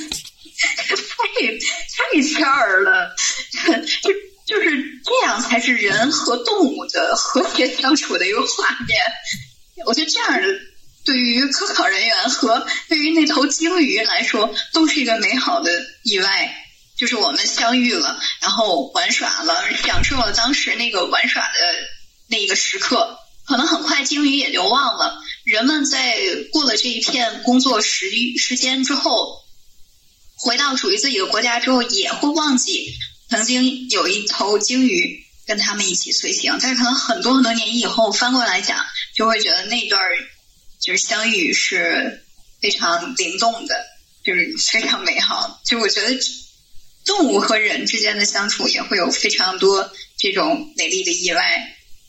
片儿了，就是这样才是人和动物的和谐相处的一个画面。我觉得这样的对于科考人员和对于那头鲸鱼来说都是一个美好的意外，就是我们相遇了，然后玩耍了，享受了当时那个玩耍的那个时刻。可能很快鲸鱼也就忘了，人们在过了这一片工作时间之后，回到属于自己的国家之后，也会忘记曾经有一头鲸鱼跟他们一起随行。但是可能很多年以后翻过来讲，就会觉得那段就是相遇是非常灵动的，就是非常美好。就我觉得动物和人之间的相处也会有非常多这种美丽的意外。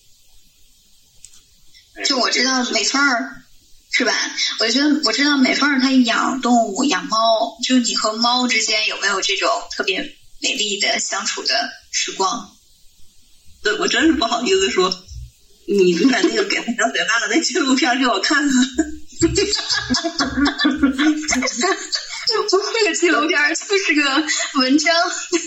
就我知道美凤儿是吧？我知道美凤儿她养动物养猫，就你和猫之间有没有这种特别美丽的相处的时光？ 对，我真是不好意思说，你把那个给他小嘴巴的那纪录片给我看看。 这不是个纪录片，就是个文章。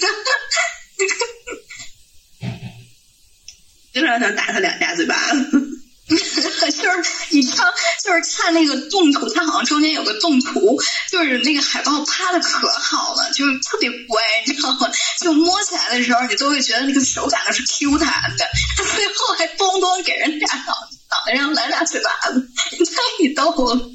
经常想打他2下嘴巴。 就是你看，就是看那个动图，它好像中间有个动图，就是那个海报拍的可好了，就是特别乖，你知道吗？就摸起来的时候，你都会觉得那个手感都是 Q 弹的，最后还咚咚给人家脑袋上来2嘴巴子，太逗了。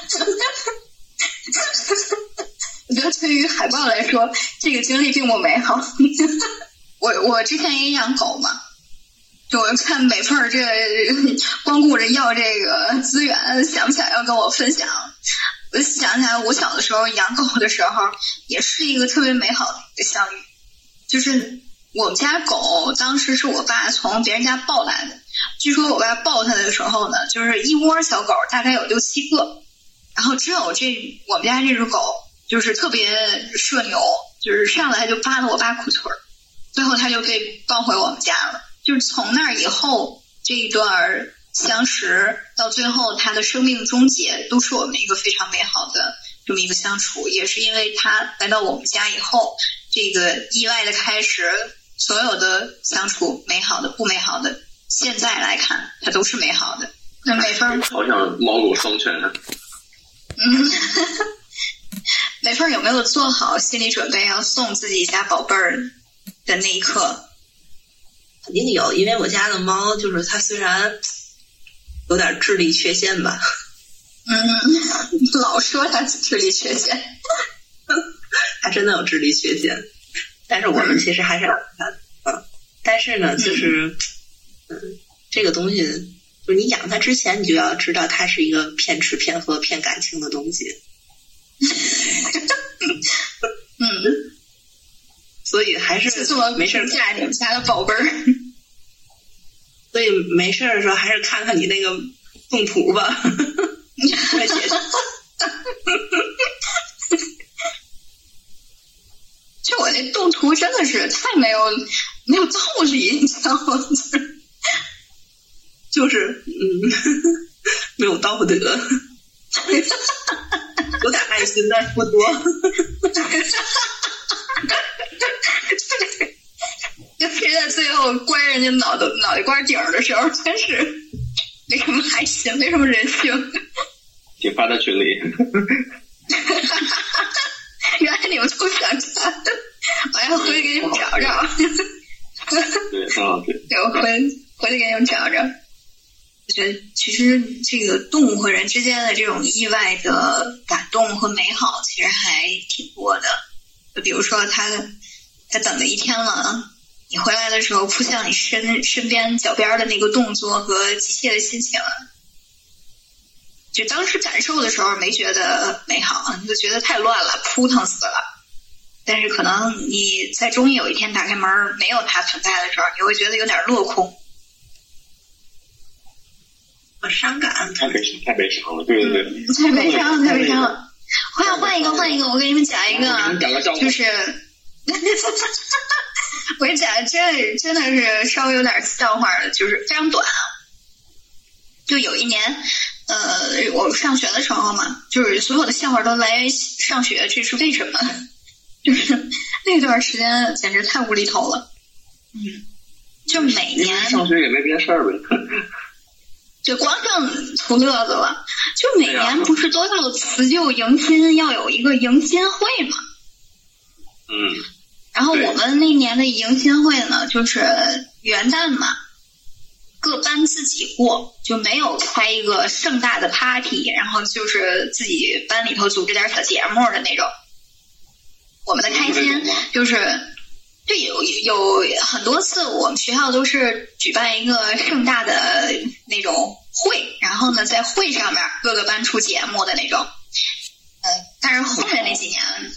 我觉得对于海豹来说，这个经历并不美好。我之前也养狗嘛。就我看美凤儿这光顾着要这个资源，想不想要跟我分享？我想起来，我小的时候养狗的时候，也是一个特别美好的一个相遇。就是我们家狗当时是我爸从别人家抱来的，据说我爸抱它的时候呢，就是一窝小狗，大概有6、7个，然后只有我们家这只狗就是特别社牛，就是上来就扒了我爸裤腿儿，最后它就被抱回我们家了。就是从那儿以后，这一段相识到最后他的生命终结，都是我们一个非常美好的这么一个相处。也是因为他来到我们家以后，这个意外的开始，所有的相处美好的不美好的，现在来看它都是美好的。那美凤好像猫狗双全。 美凤有没有做好心理准备要送自己家宝贝儿的那一刻？ 肯定有，因为我家的猫就是它虽然有点智力缺陷吧， 老说它智力缺陷， 它真的有智力缺陷，但是我们其实还是爱它的，但是呢，就是这个东西，就是你养它之前，你就要知道它是一个骗吃骗喝骗感情的东西，所以还是没事嫁你们家的宝贝儿。 所以没事的时候还是看看你那个动图吧。快写。 就我那动图真的是太没有道理，你知道吗？ 就是没有道德，有点爱心但不多。 就是在最后关人家脑袋瓜顶的时候，真是没什么爱心，没什么人性。 请发在群里。 原来你们都想看，我要回去给你们找找。 对，张老师。 对，我回去给你们找找。我觉得其实这个动物和人之间的这种意外的感动和美好，其实还挺多的。就比如说他等了一天了，你回来的时候扑向你身边脚边的那个动作和机械的心情，就当时感受的时候没觉得美好，你就觉得太乱了，扑腾死了。但是可能你在终于有一天打开门没有它存在的时候，你会觉得有点落空。 伤感， 太悲伤了，对， 太悲伤了。换一个，我给你们讲一个，就是我给你讲，这真的是稍微有点笑话的，就是非常短啊。就有一年，我上学的时候嘛，就是所有的笑话都来上学，这是为什么？就是那段时间简直太无厘头了。就每年上学也没别事儿呗。 就光剩图乐子了，就每年不是都要辞旧迎新，要有一个迎新会嘛？然后我们那年的迎新会呢，就是元旦嘛，各班自己过，就没有开一个盛大的 party， 然后就是自己班里头组织点小节目的那种。我们的开心就是。就有很多次，我们学校都是举办一个盛大的那种会，然后呢，在会上面各个班出节目的那种。但是后面那几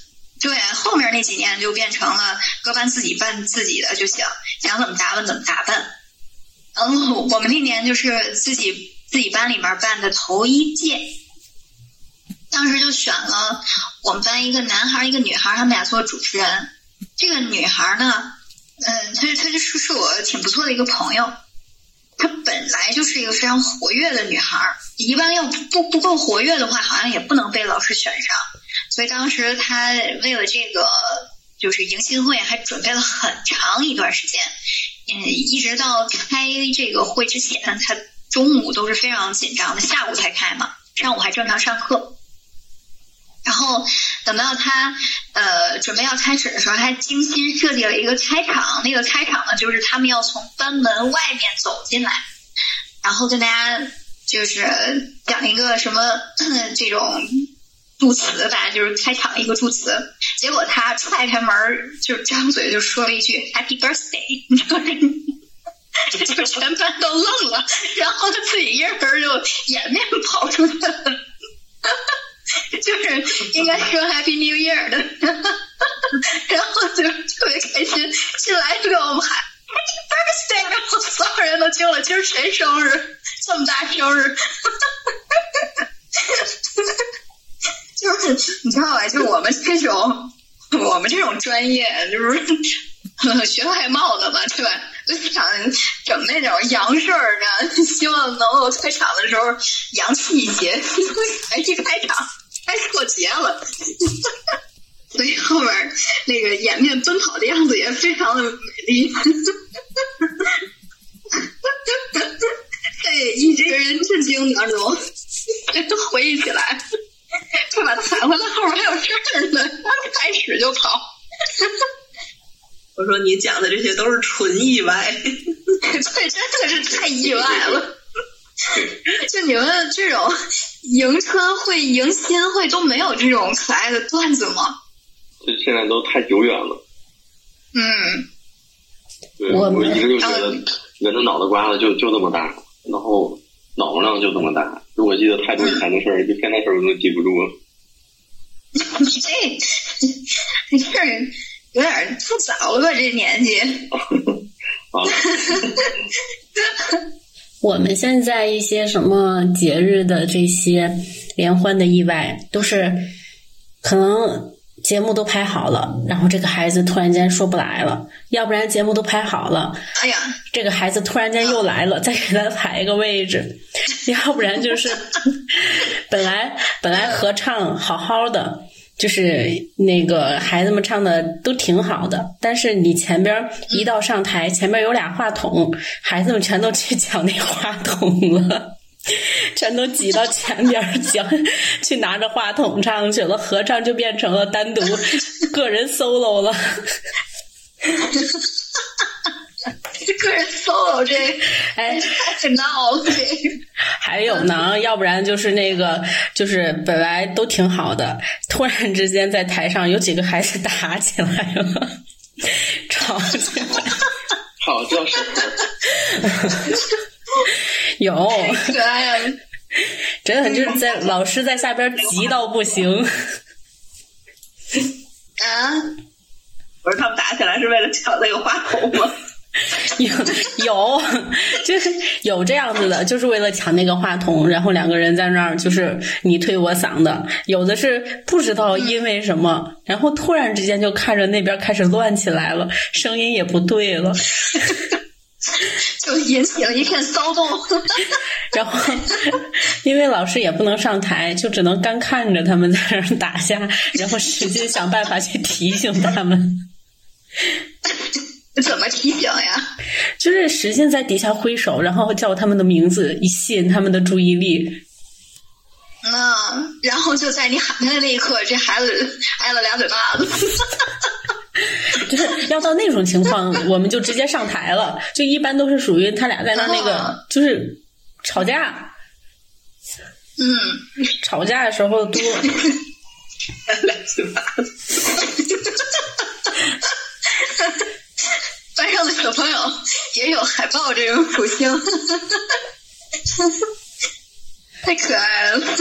年就变成了各班自己办自己的就行，想怎么打扮怎么打扮。我们那年就是自己班里面办的头一届，当时就选了我们班一个男孩一个女孩，他们俩做主持人。这个女孩呢，她就是我挺不错的一个朋友。她本来就是一个非常活跃的女孩，一般要不够活跃的话，好像也不能被老师选上。所以当时她为了这个就是迎新会，还准备了很长一段时间。一直到开这个会之前，她中午都是非常紧张的，下午才开嘛，上午还正常上课。然后等到他准备要开始的时候，还精心设计了一个开场。那个开场呢，就是他们要从班门外面走进来，然后跟大家就是讲一个什么这种祝词吧，就是开场一个祝词。结果他踹开门，就张嘴就说了一句 Happy Birthday， 你知道吗？就全班都愣了，然后他自己一人就掩面跑出去了。就是应该说 Happy New Year 的，然后就特别开心，进来就给我们喊 Happy Birthday， 然后所有人都惊了，今儿谁生日？这么大生日？就是你知道吧？就我们这种专业，就是学外贸的嘛，对吧？就想整那种洋事儿呢，希望能够开场的时候洋气一些。一开场开过节了，所以后边那个掩面奔跑的样子也非常的美丽。在一直人震惊当中，回忆起来，就把他喊回来，后边还有事儿呢，刚开始就跑。 我说你讲的这些都是纯意外， 对，真的是太意外了。就你们这种迎春会、迎新会都没有这种可爱的段子吗？ 这现在都太久远了。对，我一直就觉得人的脑袋瓜子就这么大，然后脑容量就这么大。如果记得太多以前的事儿，就现在事儿都记不住了。 你这有点太早了吧？这年纪。 我们现在一些什么节日的这些联欢的意外，都是可能节目都排好了，然后这个孩子突然间说不来了，要不然节目都排好了， 哎呀， 这个孩子突然间又来了，再给他排一个位置，要不然就是本来合唱好好的，就是那个孩子们唱的都挺好的，但是你前边一到上台，前边有俩话筒，孩子们全都去抢那话筒了，全都挤到前边讲，去拿着话筒唱去了，合唱就变成了单独个人 solo 了。 个人 solo 这哎太闹了。 还有呢，要不然就是那个，就是本来都挺好的，突然之间在台上有几个孩子打起来了，吵起来。 好，这是有， 可爱了， 真的就是在老师在下边急到不行。 啊， 不是他们打起来是为了抢那个话筒吗？ 有，就是有这样子的，就是为了抢那个话筒，然后两个人在那儿就是你推我搡的，有的是不知道因为什么，然后突然之间就看着那边开始乱起来了，声音也不对了。 就引起了一片骚动。 然后因为老师也不能上台，就只能干看着他们在那儿打架，然后使劲想办法去提醒他们。 怎么提醒呀？ 就是使劲在底下挥手，然后叫他们的名字，以吸引他们的注意力。 然后就在你喊他的那一刻，这孩子挨了俩嘴巴子。 就是要到那种情况，我们就直接上台了。就一般都是属于他俩在那个，就是吵架。吵架的时候多。 俩嘴巴子。 班上的小朋友也有海豹这种属性。太可爱了。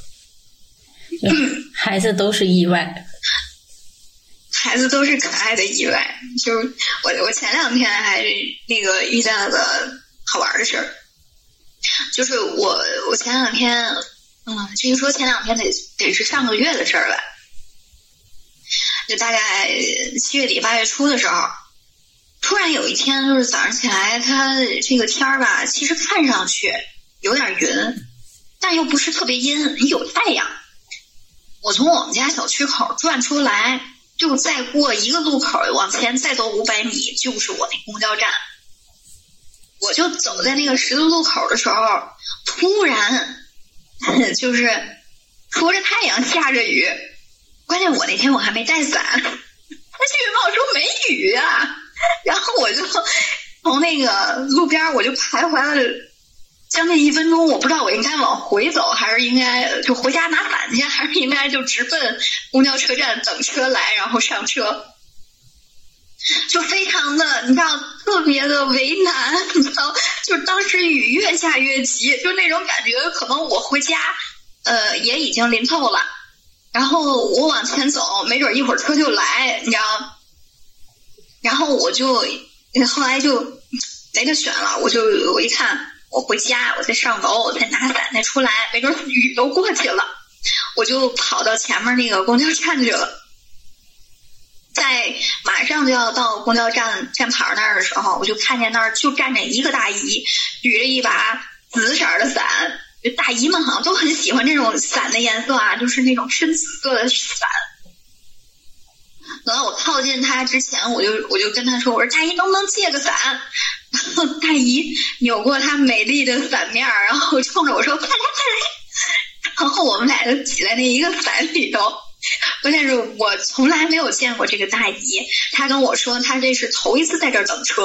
孩子都是意外， 孩子都是可爱的意外。就是我前两天还那个遇见了个好玩的事儿，就是我前两天，至于说前两天得是上个月的事儿了，就大概7月底8月初的时候，突然有一天就是早上起来，它这个天儿吧，其实看上去有点云，但又不是特别阴，有太阳。我从我们家小区口转出来，就再过一个路口往前再走500米就是我那公交站。我就走在那个十字路口的时候，突然就是出着太阳下着雨，关键我那天我还没带伞，他预报说没雨啊。然后我就从那个路边我就徘徊了将近1分钟，我不知道我应该往回走，还是应该就回家拿伞去，还是应该就直奔公交车站等车来然后上车，就非常的你知道特别的为难，你知道就当时雨越下越急，就那种感觉可能我回家也已经临透了，然后我往前走没准一会儿车就来，你知道。然后我就后来就没得选了，我一看我回家，我再上楼，我再拿伞再出来，没准雨都过去了，我就跑到前面那个公交站去了。在马上就要到公交站站牌那儿的时候，我就看见那儿就站着一个大姨，举着一把紫色的伞。大姨们好像都很喜欢这种伞的颜色啊，就是那种深紫色的伞。然后我靠近她之前，我就跟她说，我说大姨能不能借个伞？然后大姨扭过她美丽的伞面，然后冲着我说快来快来，然后我们俩就挤在那一个伞里头。关键是我从来没有见过这个大姨，她跟我说她这是头一次在这儿等车。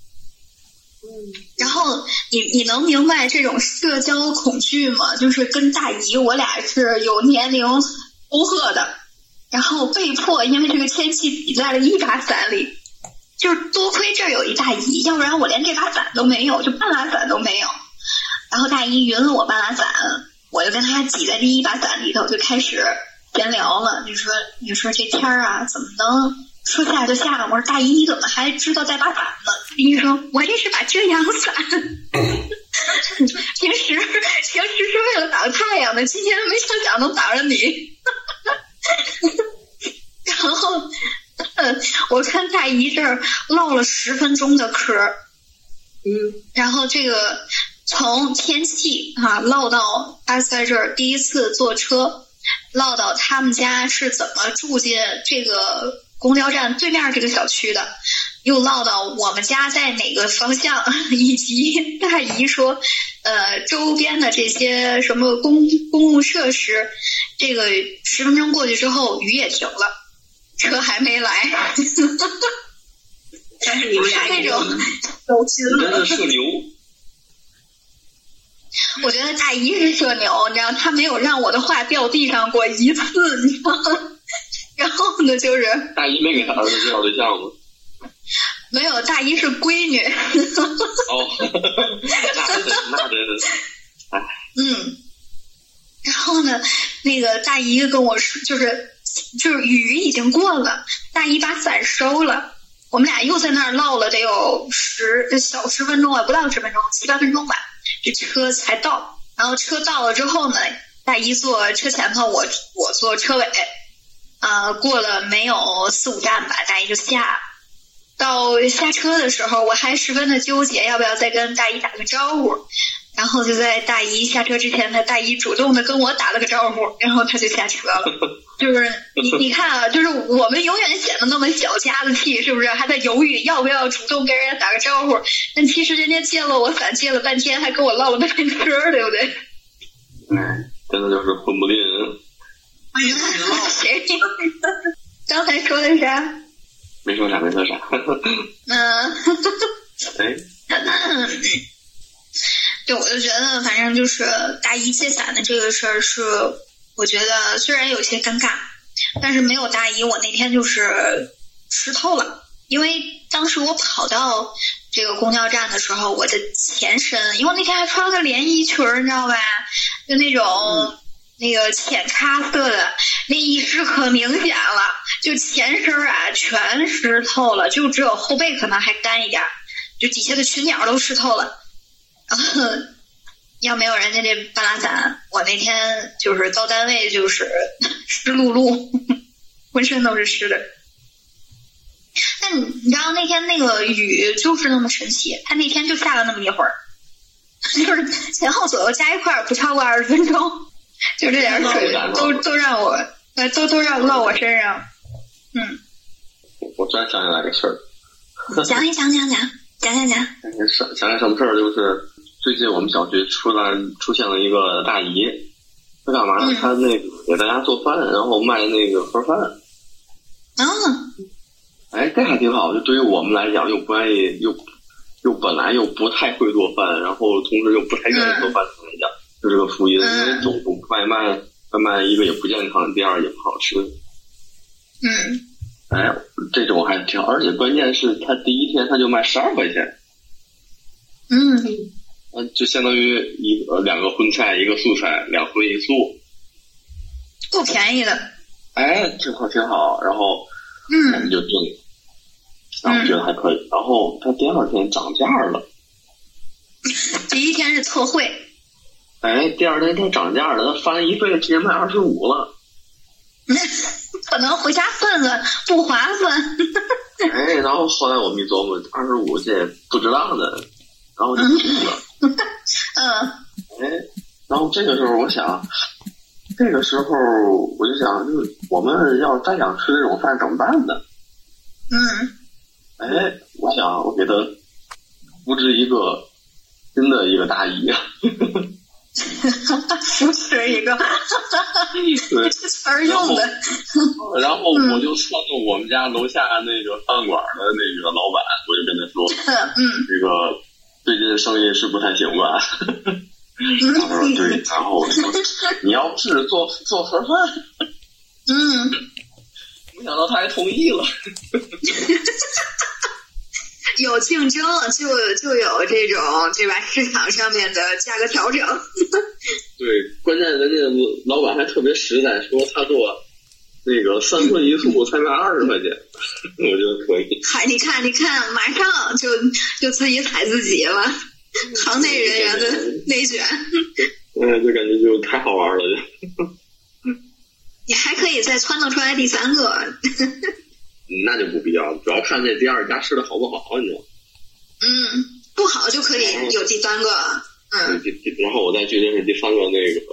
然后你能明白这种社交恐惧吗？就是跟大姨我俩是有年龄沟壑的，然后被迫因为这个天气挤在了一把伞里，就是多亏这儿有一大姨，要不然我连这把伞都没有，就半拉伞都没有。然后大姨匀了我半拉伞，我就跟她挤在这一把伞里头就开始闲聊了。你说这天啊怎么能说下就下？我说大姨你怎么还知道带把伞呢？大姨说我这是把遮阳伞。 平时是为了挡太阳的，今天没想能挡着你。然后我看大姨这儿唠了10分钟的嗑，然后这个从天气唠到他在这儿第一次坐车，唠到他们家是怎么住进这个公交站对面这个小区的，又唠到我们家在哪个方向，以及大姨说周边的这些什么公共设施。这个10分钟过去之后，雨也停了，车还没来。 但是你们俩那种有劲了， 真的社牛。 我觉得大姨是社牛，你知道，她没有让我的话掉地上过一次，你知道吗？然后呢，就是大姨没给她儿子介绍对象吗？ 没有，大姨是闺女。 哦，那真是，哎。 然后呢，那个大姨跟我说，就是雨已经过了，大姨把伞收了，我们俩又在那儿唠了得有10分钟啊，不到10分钟，7、8分钟吧，这车才到。然后车到了之后呢，大姨坐车前头，我坐车尾，过了没有4、5站吧，大姨就下了。到下车的时候，我还十分的纠结要不要再跟大姨打个招呼，然后就在大姨下车之前，大姨主动的跟我打了个招呼，然后她就下车了。就是你看啊，就是我们永远显得那么小家子气，是不是？还在犹豫要不要主动跟人家打个招呼，但其实人家借了我伞借了半天，还跟我唠了半天嗑，对不对？ 真的就是混不吝人。 谁？刚才说的啥？ 没说啥。 对，我就觉得反正就是大姨借伞的这个事儿是，我觉得虽然有些尴尬，但是没有大姨我那天就是湿透了。因为当时我跑到这个公交站的时候，我的前身，因为我那天还穿了个连衣裙，你知道吧，就那种那个浅咖色的，那一湿可明显了，就前身全湿透了，就只有后背可能还干一点，就底下的裙角都湿透了。要没有人家这半拉伞，我那天就是到单位就是湿漉漉，浑身都是湿的。但你知道那天那个雨就是那么神奇，它那天就下了那么一会儿，就是前后左右加一块不超过20分钟，就这点水都让我都让落我身上。 我突然想起来个事儿， 讲一讲。想起什么事儿？就是最近我们小区出现了一个大姨，她干嘛？她那个给大家做饭，然后卖那个盒饭。这还挺好。就对于我们来讲，又不愿意，又本来又不太会做饭，然后同时又不太愿意做饭的来讲，就是个福音。因为总外卖一个也不健康，第二也不好吃。这种还挺好，而且关键是他第一天他就卖12块钱。就相当于2个荤菜，1个素菜，2荤1素， 够便宜的。 挺好。然后我们就订，然后觉得还可以。然后他第2天涨价了。 第一天是测绘。 第2天他涨价了，他翻1倍，直接卖25了。 可能回家算算不划算。 然后后来我们一琢磨，25这不值当的，然后就停了。然后这个时候我就想，就是我们要再想吃这种饭怎么办呢？我想我给他扶植一个新的一个大姨。 扶持一个，这词儿用的。 然后我就算到我们家楼下那个饭馆的那个老板，我就跟他说，这个最近生意是不太行吧？他说对，然后我说你要不是做盒饭，没想到他还同意了。 有竞争就有这种对吧？市场上面的价格调整。 对，关键人家老板还特别实在，说他做那个3荤1素才卖20块钱，我觉得可以。 你看，马上就自己踩自己了。 行内人员的内卷。 就感觉就太好玩了就。 你还可以再撺掇出来第3个。 那就不必要，主要看这第2家吃的好不好，你知道吗？ 不好就可以有第3个。 然后我再去认识第3个那个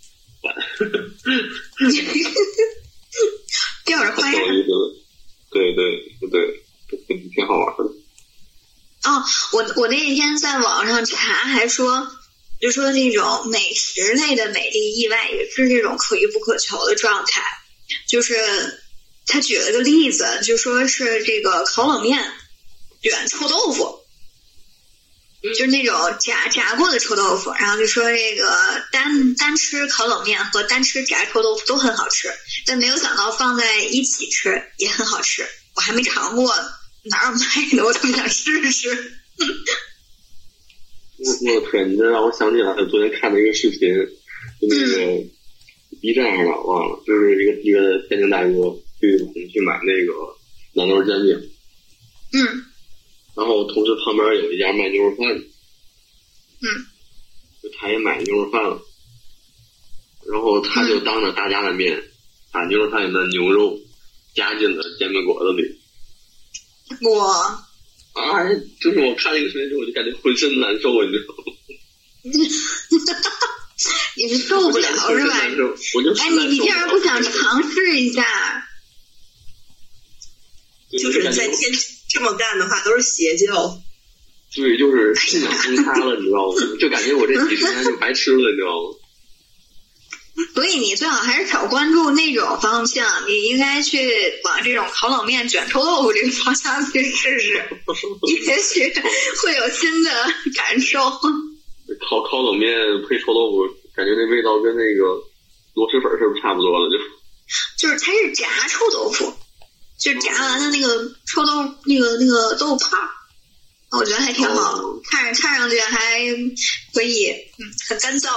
吊着花样。 对，挺好玩的。 我那一天在网上查，还说就说那种美食类的美丽意外也是这种可遇不可求的状态。就是他举了个例子，就说是这个烤冷面卷臭豆腐。就是那种炸过的臭豆腐，然后就说这个单吃烤冷面和单吃炸臭豆腐都很好吃，但没有想到放在一起吃也很好吃。我还没尝过，哪有卖的，我特别想试试。 我天，你这让我想起来了，昨天看了一个视频，就那个 B 站上的忘了，就是一个天津大哥去买那个南豆煎饼。然后同时旁边有一家卖牛肉饭的，就他也买牛肉饭了，然后他就当着大家的面，把牛肉饭里的牛肉加进了煎饼果子里。就是我看那个视频之后，我就感觉浑身难受，你知道吗？ 你是受不了是吧？你竟然不想尝试一下？ 就是在天这么干的话都是邪教。 对，就是信仰崩塌了，你知道吗？就感觉我这几十年就白吃了，你知道吗？ 所以你最好还是少关注那种方向，你应该去往这种烤冷面卷臭豆腐这个方向去试试，也许会有新的感受。 烤冷面配臭豆腐，感觉那味道跟那个螺蛳粉是不是差不多了？ 就是它是炸臭豆腐，就炸完的那个臭豆那个豆腐泡，我觉得还挺好，看上去还可以，很干燥。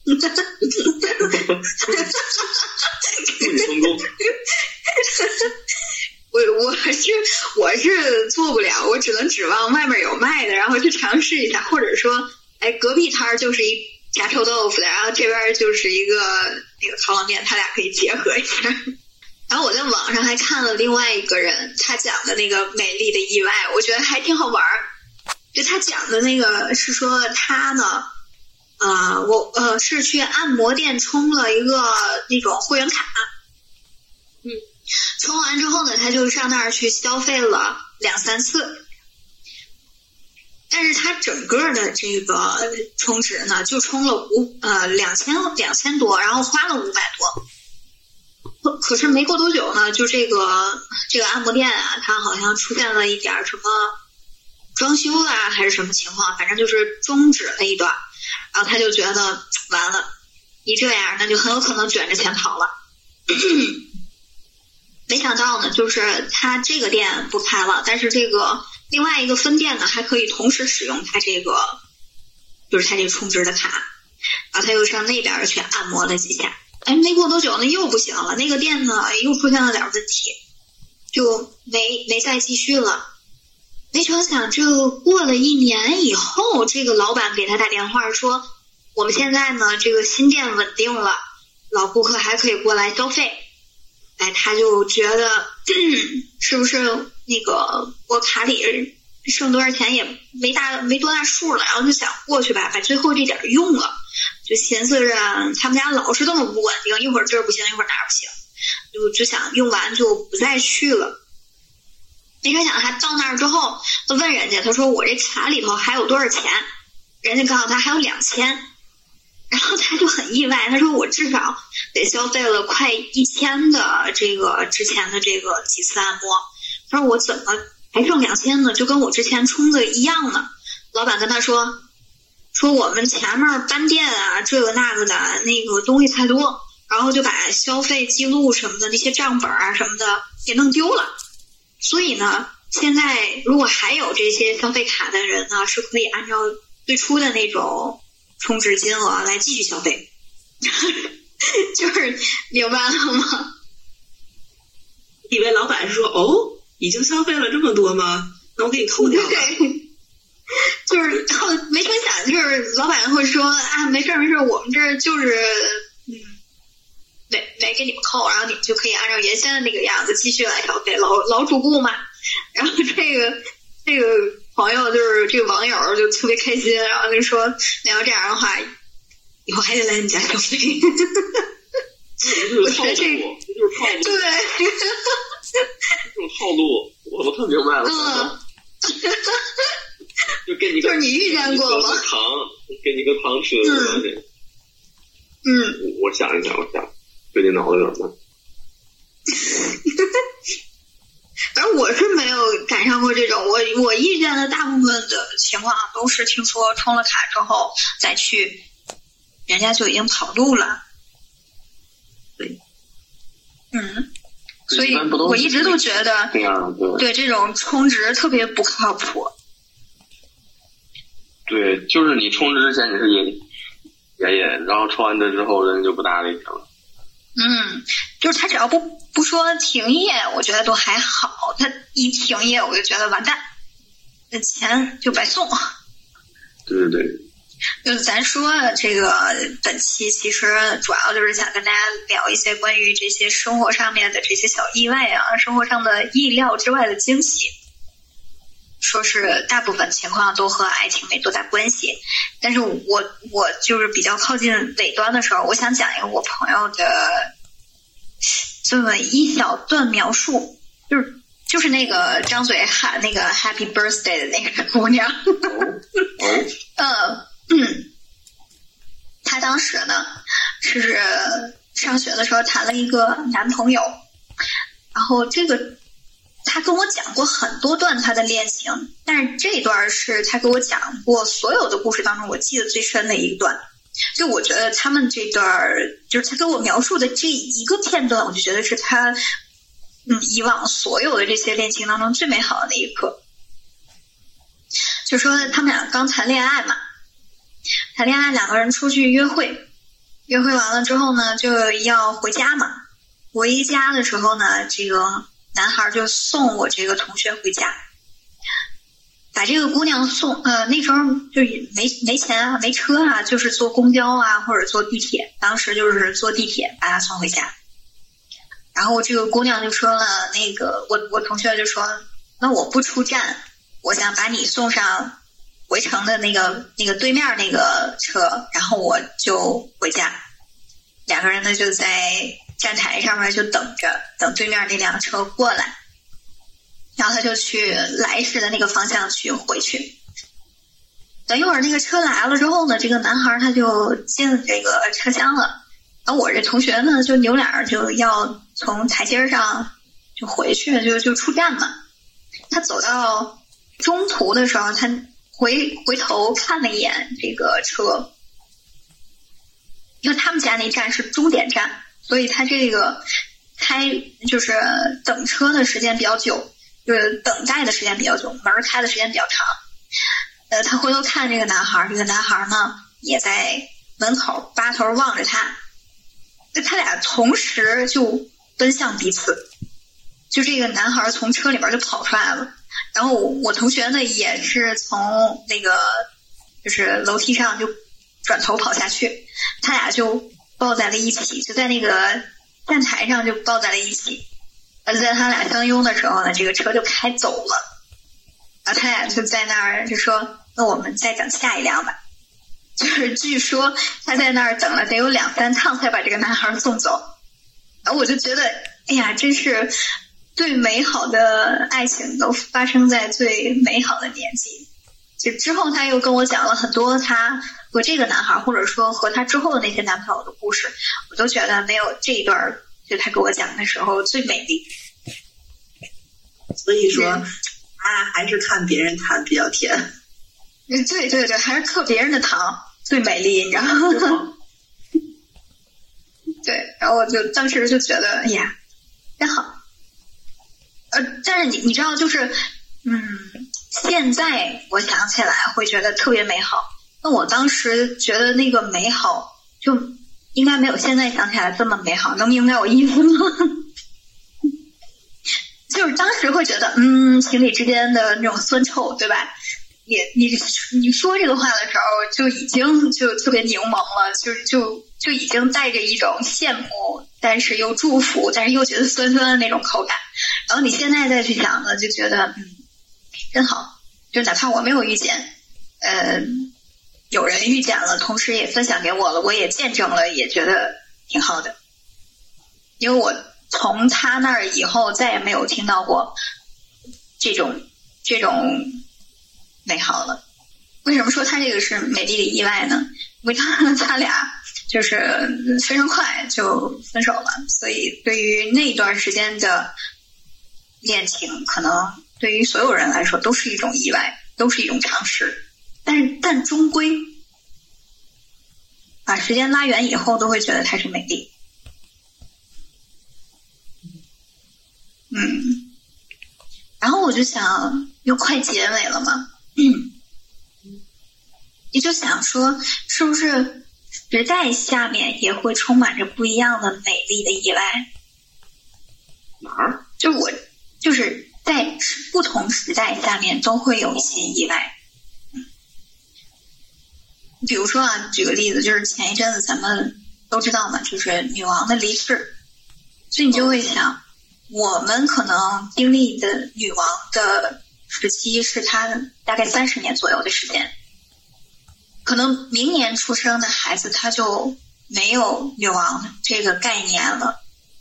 成功。 我是做不了，我只能指望外面有卖的，然后去尝试一下，或者说，隔壁摊就是一炸臭豆腐的，然后这边就是一个那个烤冷面，他俩可以结合一下。然后我在网上还看了另外一个人他讲的那个美丽的意外，我觉得还挺好玩。就他讲的那个是说他呢。我是去按摩店充了一个那种会员卡，充完之后呢，他就上那儿去消费了2-3次，但是他整个的这个充值呢，就充了2000多，然后花了500多。可是没过多久呢，就这个按摩店啊，它好像出现了一点什么装修啊，还是什么情况，反正就是终止了一段。然后他就觉得完了，一这样那就很有可能卷着钱跑了。没想到呢，就是他这个店不开了，但是这个另外一个分店呢还可以同时使用他这个，就是他这个充值的卡。然后他又上那边去按摩了几下，没过多久呢又不行了，那个店呢又出现了点问题，就没再继续了。没成想这过了1年以后，这个老板给他打电话说，我们现在呢这个新店稳定了，老顾客还可以过来消费。他就觉得是不是那个我卡里剩多少钱也没多大数了，然后就想过去吧，把最后这点用了，就寻思着他们家老是这么不稳定，一会儿这儿不行一会儿哪儿不行，就想用完就不再去了。没成想他到那儿之后，他问人家，他说我这卡里头还有多少钱？人家告诉他还有2000，然后他就很意外，他说我至少得消费了快1000的这个之前的这个几次按摩，他说我怎么还剩2000呢？就跟我之前充的一样呢。老板跟他说我们前面搬店啊，这个那个的那个东西太多，然后就把消费记录什么的那些账本啊什么的给弄丢了。所以呢，现在如果还有这些消费卡的人呢，是可以按照最初的那种充值金额来继续消费。就是明白了吗？ 以为老板是说已经消费了这么多吗？那我给你扣掉了。 对，就是没成想就是老板会说啊，没事，我们这就是没给你们扣，然后你们就可以按照原先的那个样子继续来消费，老主顾嘛。然后这个朋友就是这个网友就特别开心，然后就说你要这样的话，以后还得来你家消费。 我觉得这个就是套路， 对， 这种套路我特明白了。就给你就是你遇见过吗？ 糖，给你个糖吃的东西。我想一想，最近脑子有点慢。 反正我是没有赶上过这种，我遇见的大部分的情况都是听说充了卡之后再去，人家就已经跑路了。对，所以我一直都觉得对这种充值特别不靠谱。对， 就是你充值之前你是爷，然后充完值之后人就不搭理你了。 就是他只要不说停业，我觉得都还好。他一停业，我就觉得完蛋，那钱就白送。 对。 就是咱说这个本期其实主要就是想跟大家聊一些关于这些生活上面的这些小意外啊，生活上的意料之外的惊喜。说是大部分情况都和爱情没多大关系，但是我就是比较靠近尾端的时候，我想讲一个我朋友的这么一小段描述，就是那个张嘴喊那个 Happy Birthday 的那个姑娘。她当时呢是上学的时候谈了一个男朋友，然后他跟我讲过很多段他的恋情，但是这段是他给我讲过所有的故事当中我记得最深的一段。就我觉得他们这段就是他跟我描述的这一个片段，我就觉得是他以往所有的这些恋情当中最美好的那一刻。就说他们俩刚谈恋爱嘛，谈恋爱两个人出去约会完了之后呢就要回家嘛。回家的时候呢，这个男孩就送我这个同学回家，把这个姑娘送那时候就没钱啊，没车啊，就是坐公交啊或者坐地铁，当时就是坐地铁把她送回家。然后这个姑娘就说了，那个我同学就说，那我不出站，我想把你送上回程的那个对面那个车，然后我就回家。两个人呢就在站台上面就等对面那辆车过来，然后他就去来时的那个方向去回去。等一会儿那个车来了之后呢，这个男孩他就进这个车厢了，然后我这同学呢就扭脸就要从台阶上就回去，就出站嘛。他走到中途的时候，他回头看了一眼这个车，因为他们家那站是终点站，所以他这个就是等车的时间比较久，就是等待的时间比较久，门开的时间比较长。他回头看这个男孩，这个男孩呢也在门口扒头望着他，他俩同时就奔向彼此。就这个男孩从车里边就跑出来了，然后我同学呢也是从那个就是楼梯上就转头跑下去，他俩就抱在了一起，就在那个站台上就抱在了一起。而在他俩相拥的时候呢，这个车就开走了，然后他俩就在那儿就说，那我们再等下一辆吧。就是据说他在那儿等了得有2-3趟才把这个男孩送走。然后我就觉得哎呀，真是最美好的爱情都发生在最美好的年纪。就之后他又跟我讲了很多他和这个男孩或者说和他之后的那些男朋友的故事，我都觉得没有这一段就他给我讲的时候最美丽。 所以说还是看别人谈比较甜。 对对对，还是嗑别人的糖最美丽，你知道吗？对，然后我就当时就觉得哎呀真好。但是你知道就是现在我想起来会觉得特别美好，那我当时觉得那个美好就应该没有现在想起来这么美好，能明白我意思吗？就是当时会觉得情侣之间的那种酸臭，对吧？ 你说这个话的时候，就已经就特别柠檬了，就已经带着一种羡慕，但是又祝福，但是又觉得酸酸的那种口感。然后你现在再去想呢，就觉得真好，就哪怕我没有遇见，有人遇见了，同时也分享给我了，我也见证了，也觉得挺好的。因为我从他那儿以后再也没有听到过这种美好了。为什么说他这个是美丽的意外呢？因为他俩就是非常快就分手了，所以对于那段时间的恋情，可能对于所有人来说都是一种意外，都是一种尝试。但终归把时间拉远以后，都会觉得它是美丽。然后我就想，又快结尾了嘛，你就想说，是不是时代下面也会充满着不一样的美丽的意外？ 哪儿？ 就是在不同时代下面都会有一些意外。比如说啊，举个例子，就是前一阵子咱们都知道嘛，就是女王的离世，所以你就会想，我们可能经历的女王的时期是她大概30年左右的时间，可能明年出生的孩子他就没有女王这个概念了。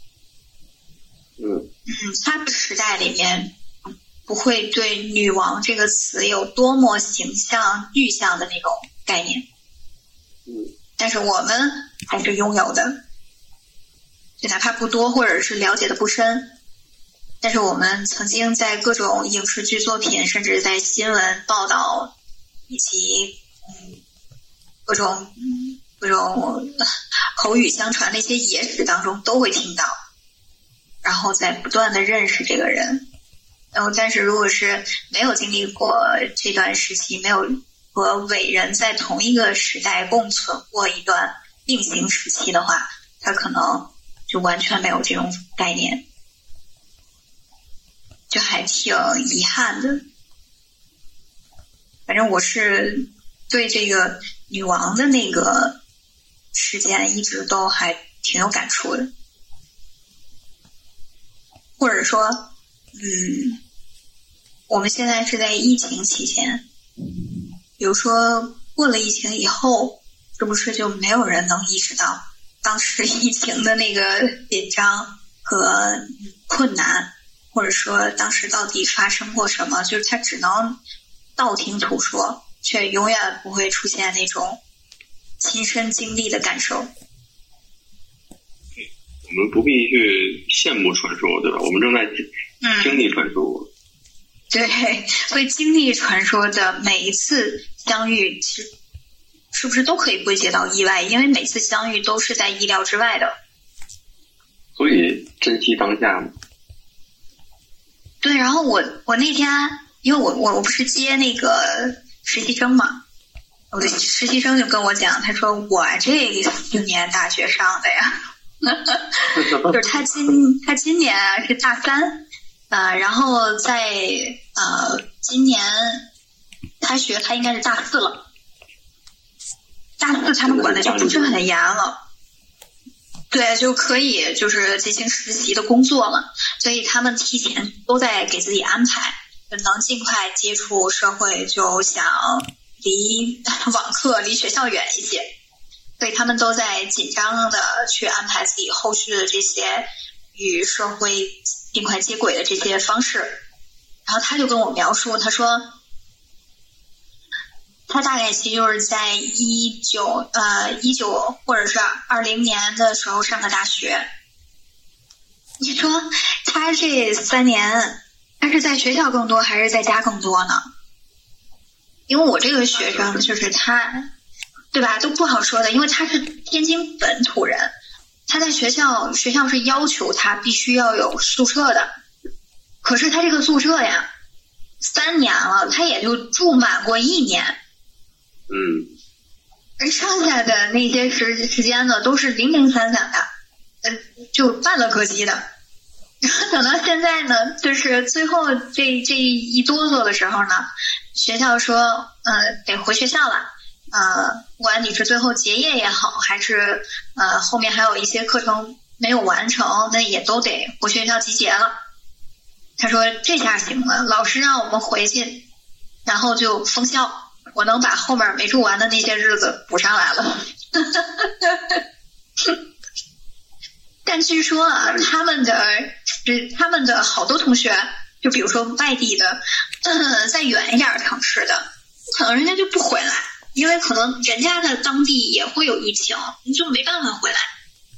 他的时代里面不会对女王这个词有多么形象具象的那种概念，但是我们还是拥有的，就哪怕不多或者是了解的不深，但是我们曾经在各种影视剧作品，甚至在新闻报道以及各种口语相传的一些野史当中都会听到，然后再不断的认识这个人。然后但是如果是没有经历过这段时期，没有和伟人在同一个时代共存过一段并行时期的话，他可能就完全没有这种概念，就还挺遗憾的。反正我是对这个女王的那个事件一直都还挺有感触的，或者说我们现在是在疫情期间，比如说过了疫情以后，是不是就没有人能意识到当时疫情的那个紧张和困难，或者说当时到底发生过什么，就是他只能道听途说，却永远不会出现那种亲身经历的感受。 我们不必去羡慕传说，对吧？我们正在经历传说。 对，会经历传说的每一次相遇，是不是都可以归结到意外？因为每次相遇都是在意料之外的。 所以珍惜当下嘛。 对，然后我那天，因为我不是接那个实习生嘛，我的实习生就跟我讲，他说我这4年大学上的呀，就是他今年是大3。然后在今年开学，他应该是大4了。大4他们管的就不是很严了，对，就可以就是进行实习的工作了，所以他们提前都在给自己安排，能尽快接触社会，就想离网课离学校远一些，所以他们都在紧张的去安排自己后续的这些与社会尽快接轨的这些方式。然后他就跟我描述，他说他大概其实就是在19或者是20年的时候上的大学。你说他这3年他是在学校更多还是在家更多呢？因为我这个学生就是他，对吧，都不好说的，因为他是天津本土人，他在学校是要求他必须要有宿舍的，可是他这个宿舍呀3年了，他也就住满过1年。而剩下的那些时间呢，都是零零散散的，就半了个级的。 等到现在呢，就是最后这一哆嗦的时候呢，学校说得回学校了，不管你是最后结业也好，还是后面还有一些课程没有完成，那也都得回学校集结了。他说这下行了，老师让我们回去，然后就封校，我能把后面没住完的那些日子补上来了。但据说啊，他们的好多同学，就比如说外地的，再远一点城市的，可能人家就不回来，因为可能人家的当地也会有疫情，你就没办法回来。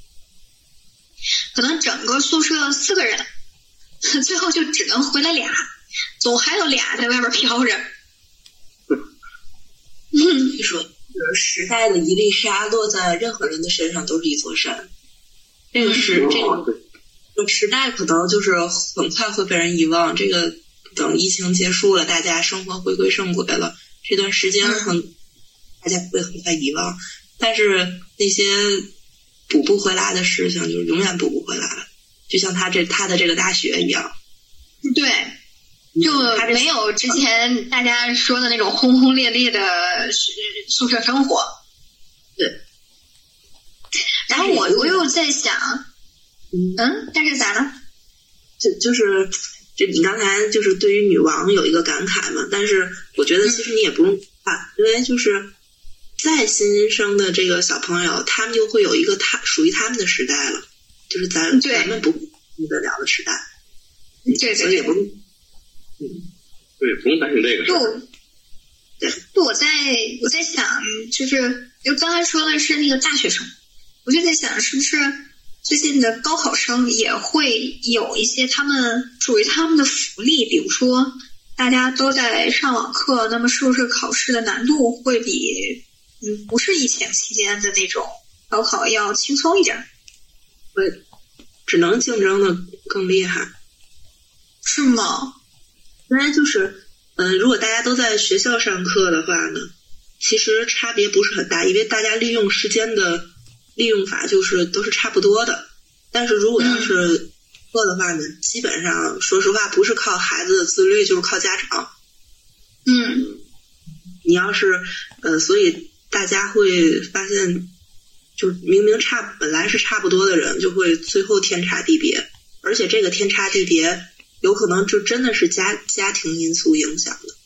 可能整个宿舍4个人，最后就只能回来俩，总还有俩在外边飘着。 据说时代的一粒沙落在任何人的身上都是一座山。这个时代可能就是很快会被人遗忘。这个等疫情结束了，大家生活回归正轨了，这段时间大家会很快遗忘。但是那些补不回来的事情，就是永远补不回来了。就像他的这个大学一样， 对，就没有之前大家说的那种轰轰烈烈的宿舍生活。 对。 然后我又在想，但是咋了？ 就是你刚才就是对于女王有一个感慨嘛，但是我觉得其实你也不用怕，因为就是再新生的这个小朋友，他们就会有一个属于他们的时代了，就是咱们不遇得了的时代。 对， 所以也不用， 对，不用担心这个事。 对，我在想，就是刚才说的是那个大学生。我就在想，是不是最近的高考生也会有一些他们属于他们的福利，比如说大家都在上网课，那么是不是考试的难度会比不是疫情期间的那种高考要轻松一点？ 会，只能竞争的更厉害。 是吗？ 因为就是如果大家都在学校上课的话呢，其实差别不是很大，因为大家利用时间的利用法就是都是差不多的。但是如果要是课的话呢，基本上说实话不是靠孩子的自律，就是靠家长。你要是所以大家会发现，就明明本来是差不多的人，就会最后天差地别，而且这个天差地别有可能就真的是家庭因素影响的。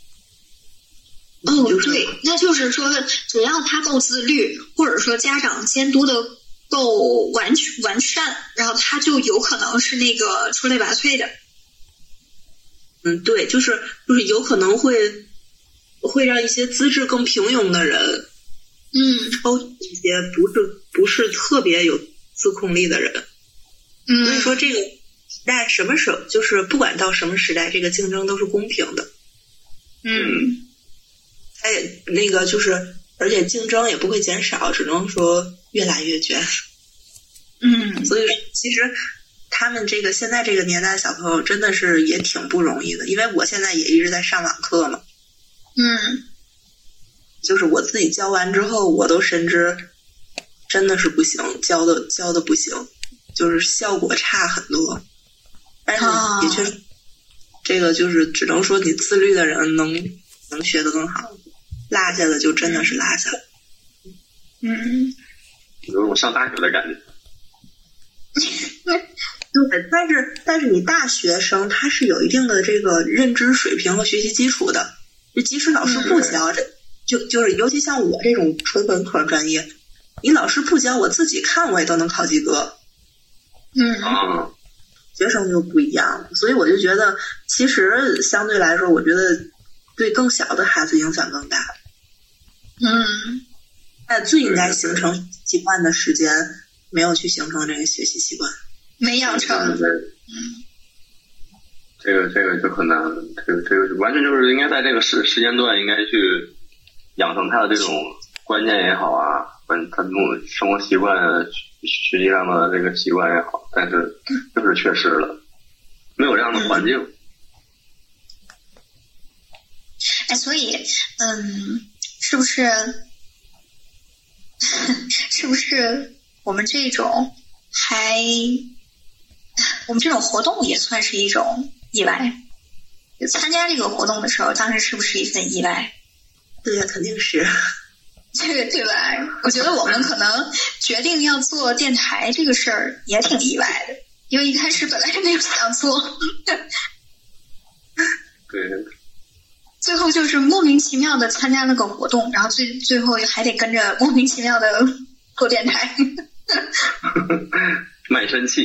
对，那就是说只要他够自律，或者说家长监督的够完善，然后他就有可能是那个出类拔萃的。 对，就是有可能会让一些资质更平庸的人超一些不是特别有自控力的人。所以说这个时代就是不管到什么时代，这个竞争都是公平的。它也那个就是，而且竞争也不会减少，只能说越来越卷。所以其实他们现在这个年代的小朋友真的是也挺不容易的，因为我现在也一直在上网课嘛。就是我自己教完之后，我都深知真的是不行，教的不行，就是效果差很多。但是也确实，这个就是只能说你自律的人能学得更好。落下的就真的是落下了。 有种上大学的感觉。 对，但是你大学生他是有一定的这个认知水平和学习基础的，就即使老师不教，就是尤其像我这种纯文科专业，你老师不教，我自己看我也都能考及格。学生就不一样了，所以我就觉得其实相对来说，我觉得对更小的孩子影响更大。在最应该形成习惯的时间，没有去形成这个学习习惯， 没养成。 这个就很难，这个完全就是应该在这个时间段应该去养成他的这种观念也好啊，他这种生活习惯、学习上的这个习惯也好，但是就是缺失了，没有这样的环境。 所以是不是我们这种我们这种活动也算是一种意外。参加这个活动的时候，当时是不是一份意外？ 对呀，肯定是。 对吧？我觉得我们可能决定要做电台这个事儿也挺意外的，因为一开始本来没有想做。 对。 最后就是莫名其妙的参加了个活动，然后最后还得跟着莫名其妙的做电台。 卖身契。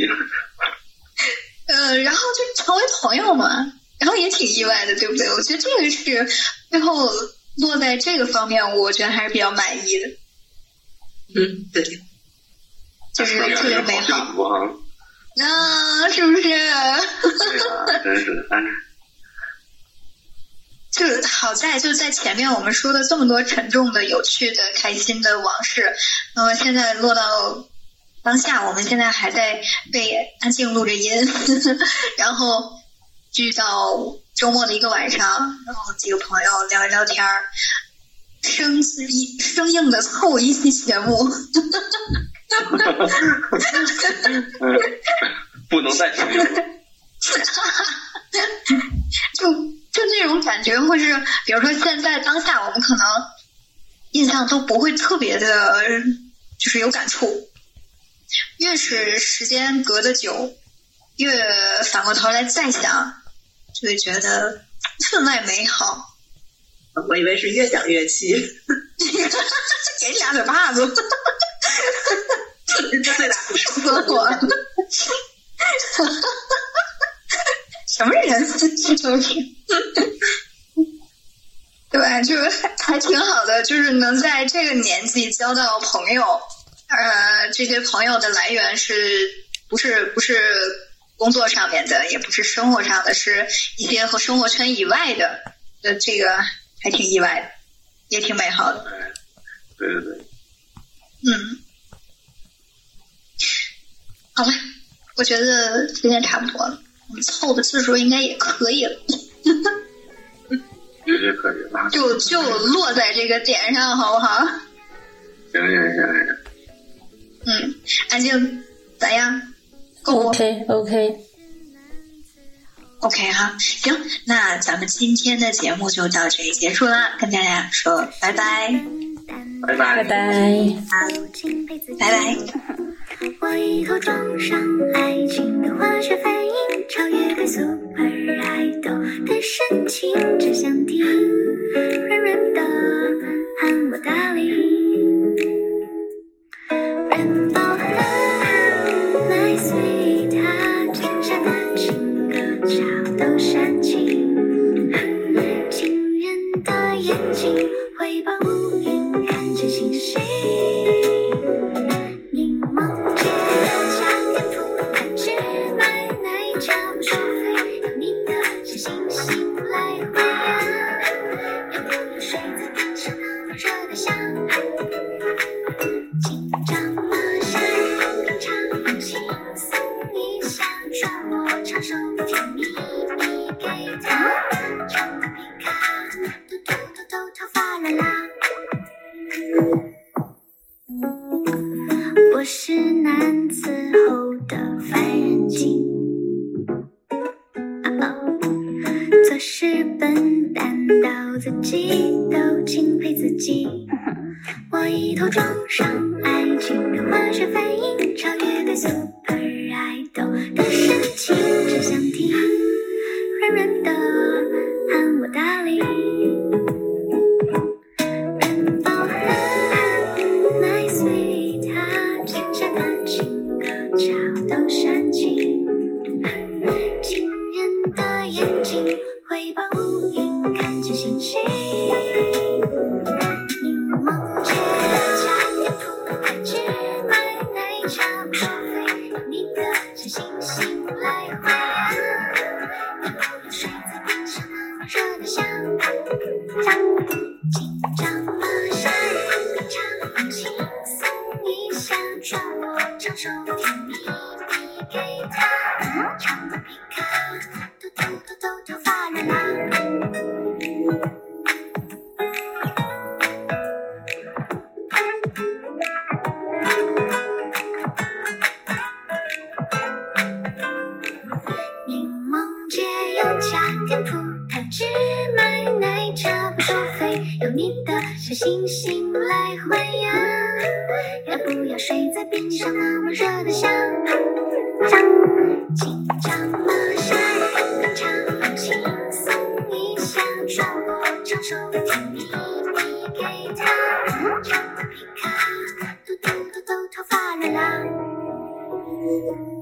然后就成为朋友嘛，然后也挺意外的，对不对？我觉得这个是最后落在这个方面，我觉得还是比较满意的。 对， 就是特别美好。啊，是不是？对啊，真是哎。 就好在就在前面我们说的这么多沉重的、有趣的、开心的往事，那么现在落到当下，我们现在还在被安静录着音，然后聚到周末的一个晚上，然后几个朋友聊一聊天儿，生硬的凑一期节目。 不能再生硬。 就那种感觉会是，比如说现在当下我们可能印象都不会特别的，就是有感触。越是时间隔得久，越反过头来再想，就会觉得分外美好。 我以为是越想越气。 给你俩嘴巴子。 人家最大不是我。什么人？就是对吧？就还挺好的，就是能在这个年纪交到朋友。这些朋友的来源不是工作上面的，也不是生活上的，是一些和生活圈以外的。这个还挺意外的，也挺美好的。 对对对。 好吧，我觉得时间差不多了。我们凑的次数应该也可以了。 绝对可以了。 就落在这个点上，好不好？ 行。 安静，咋样？够不 ？OK 哈，行，那咱们今天的节目就到这里结束了，跟大家说拜拜。 拜拜。 我以后装上爱情的化学反应，超越对 super idol 的深情，只想听软软的喊我darling。Rainbow my sweetheart， 天下的情歌桥都煽情，情人的眼睛回报乌云，看见星星。我是男子后的凡人精，做事笨蛋到自己都敬佩自己。我一头撞上爱情的化学反应，超越对 super idol 的深情，只想听软软的喊我darling。都煽情，情人的眼睛回报乌云，看见星星。柠檬街茶店铺开只卖奶茶不收费，有你的像星星来回啊，也不用睡在冰箱那么热的香。紧张吗？下雨冰场放轻松一下，抓我长手甜蜜。给他唱的皮卡，头发软啦。 小星星来欢阳，要不要睡在冰上那么热的香？紧张吗？晒更长，轻松一下，穿过长手的甜蜜蜜给他，长的皮卡，嘟嘟嘟嘟头发软浪。